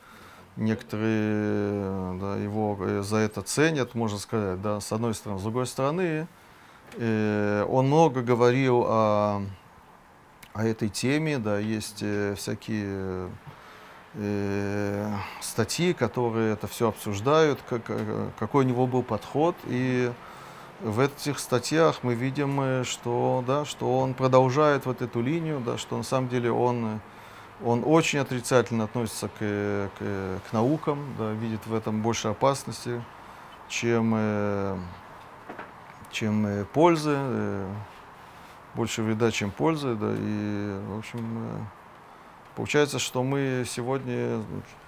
A: некоторые, да, его за это ценят, можно сказать, да, с одной стороны. С другой стороны, э, он много говорил о, о этой теме, да, есть э, всякие Э, статьи, которые это все обсуждают, как, какой у него был подход, и в этих статьях мы видим, что, да, что он продолжает вот эту линию, да, что на самом деле он, он очень отрицательно относится к, к, к наукам, да, видит в этом больше опасности, чем, чем пользы, больше вреда, чем пользы, да, и, в общем, получается, что мы сегодня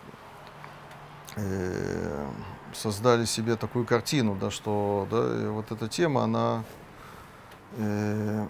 A: э, создали себе такую картину, да, что, да, вот эта тема, она э,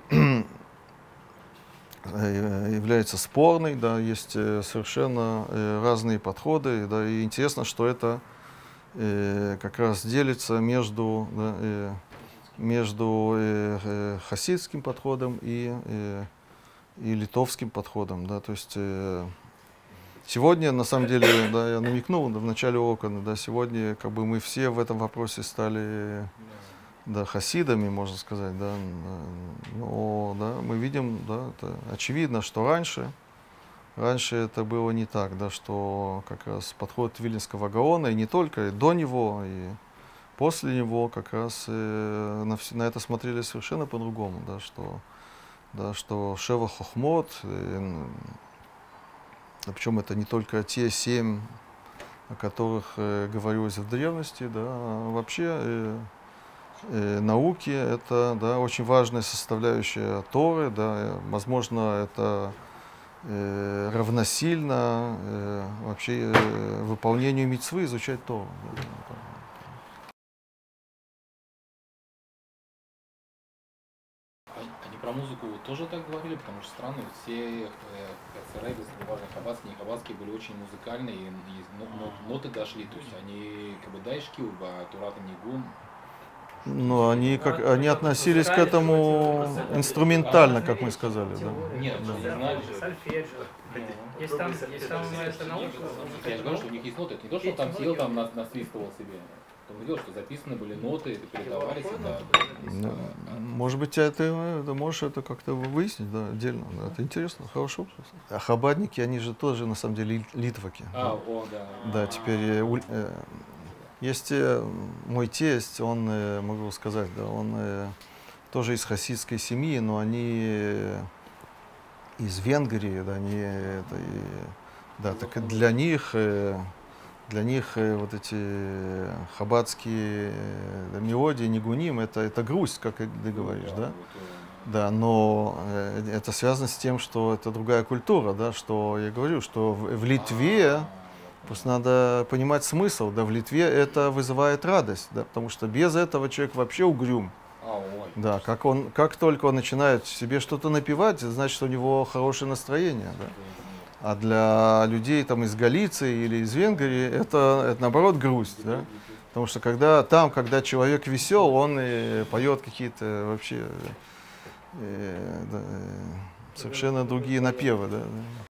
A: является спорной, да, есть совершенно разные подходы, да, и интересно, что это э, как раз делится между, да, э, между э, э, хасидским подходом и, э, и литовским подходом. Да, то есть э, сегодня, на самом деле, да, я намекнул да, в начале урока, да, сегодня как бы мы все в этом вопросе стали да, хасидами, можно сказать. Да, но да, мы видим, да, это очевидно, что раньше, раньше это было не так, да, что как раз подход Виленского Гаона, и не только, и до него, и после него как раз э, на, на это смотрели совершенно по-другому, да, что, да, что Шева Хохмот, э, причем это не только те семь, о которых э, говорилось в древности, да, а вообще э, э, науки это да, очень важная составляющая Торы, да, возможно, это э, равносильно э, вообще э, выполнению мицвы изучать Тору. Да.
B: Они про музыку тоже так говорили, потому что странно, все рэбис, неважно, хаббатские, не хаббатские, были очень музыкальные, и, и но, ноты дошли, то есть они как бы дайшки, а Турата Нигун.
A: Но они, как, они относились к этому инструментально, как мы сказали. Да.
B: Нет,
A: да.
B: не знали.
C: Сольфеджио. Есть там, есть там эта наука.
B: Я же говорю, что у них есть ноты. Это не то, что он там сидел, там насвистывал себе. Он делал, что записаны были ноты, это передавались. Да.
A: Ну, может быть, это, ты можешь это как-то выяснить, да, отдельно. Да. Это интересно, хорошо. А хабадники, они же тоже, на самом деле, литваки.
B: А, о, да.
A: Да, теперь э, есть э, мой тесть, он, э, могу сказать, да, он э, тоже из хасидской семьи, но они э, из Венгрии, да, они, это, и, да, так и для них, э, для них э, вот эти хаббатские э, мелодии, нигуним, это, это грусть, как ты говоришь, да? Да, но э, это связано с тем, что это другая культура, да, что я говорю, что в, в Литве, просто надо понимать смысл, да, в Литве это вызывает радость, да, потому что без этого человек вообще угрюм. Да, как, он, как только он начинает себе что-то напевать, значит, у него хорошее настроение. Да. А для людей там, из Галиции или из Венгрии это, это наоборот грусть. Да. Потому что когда, там, когда человек весел, он и поет какие-то вообще э, да, совершенно другие напевы. Да.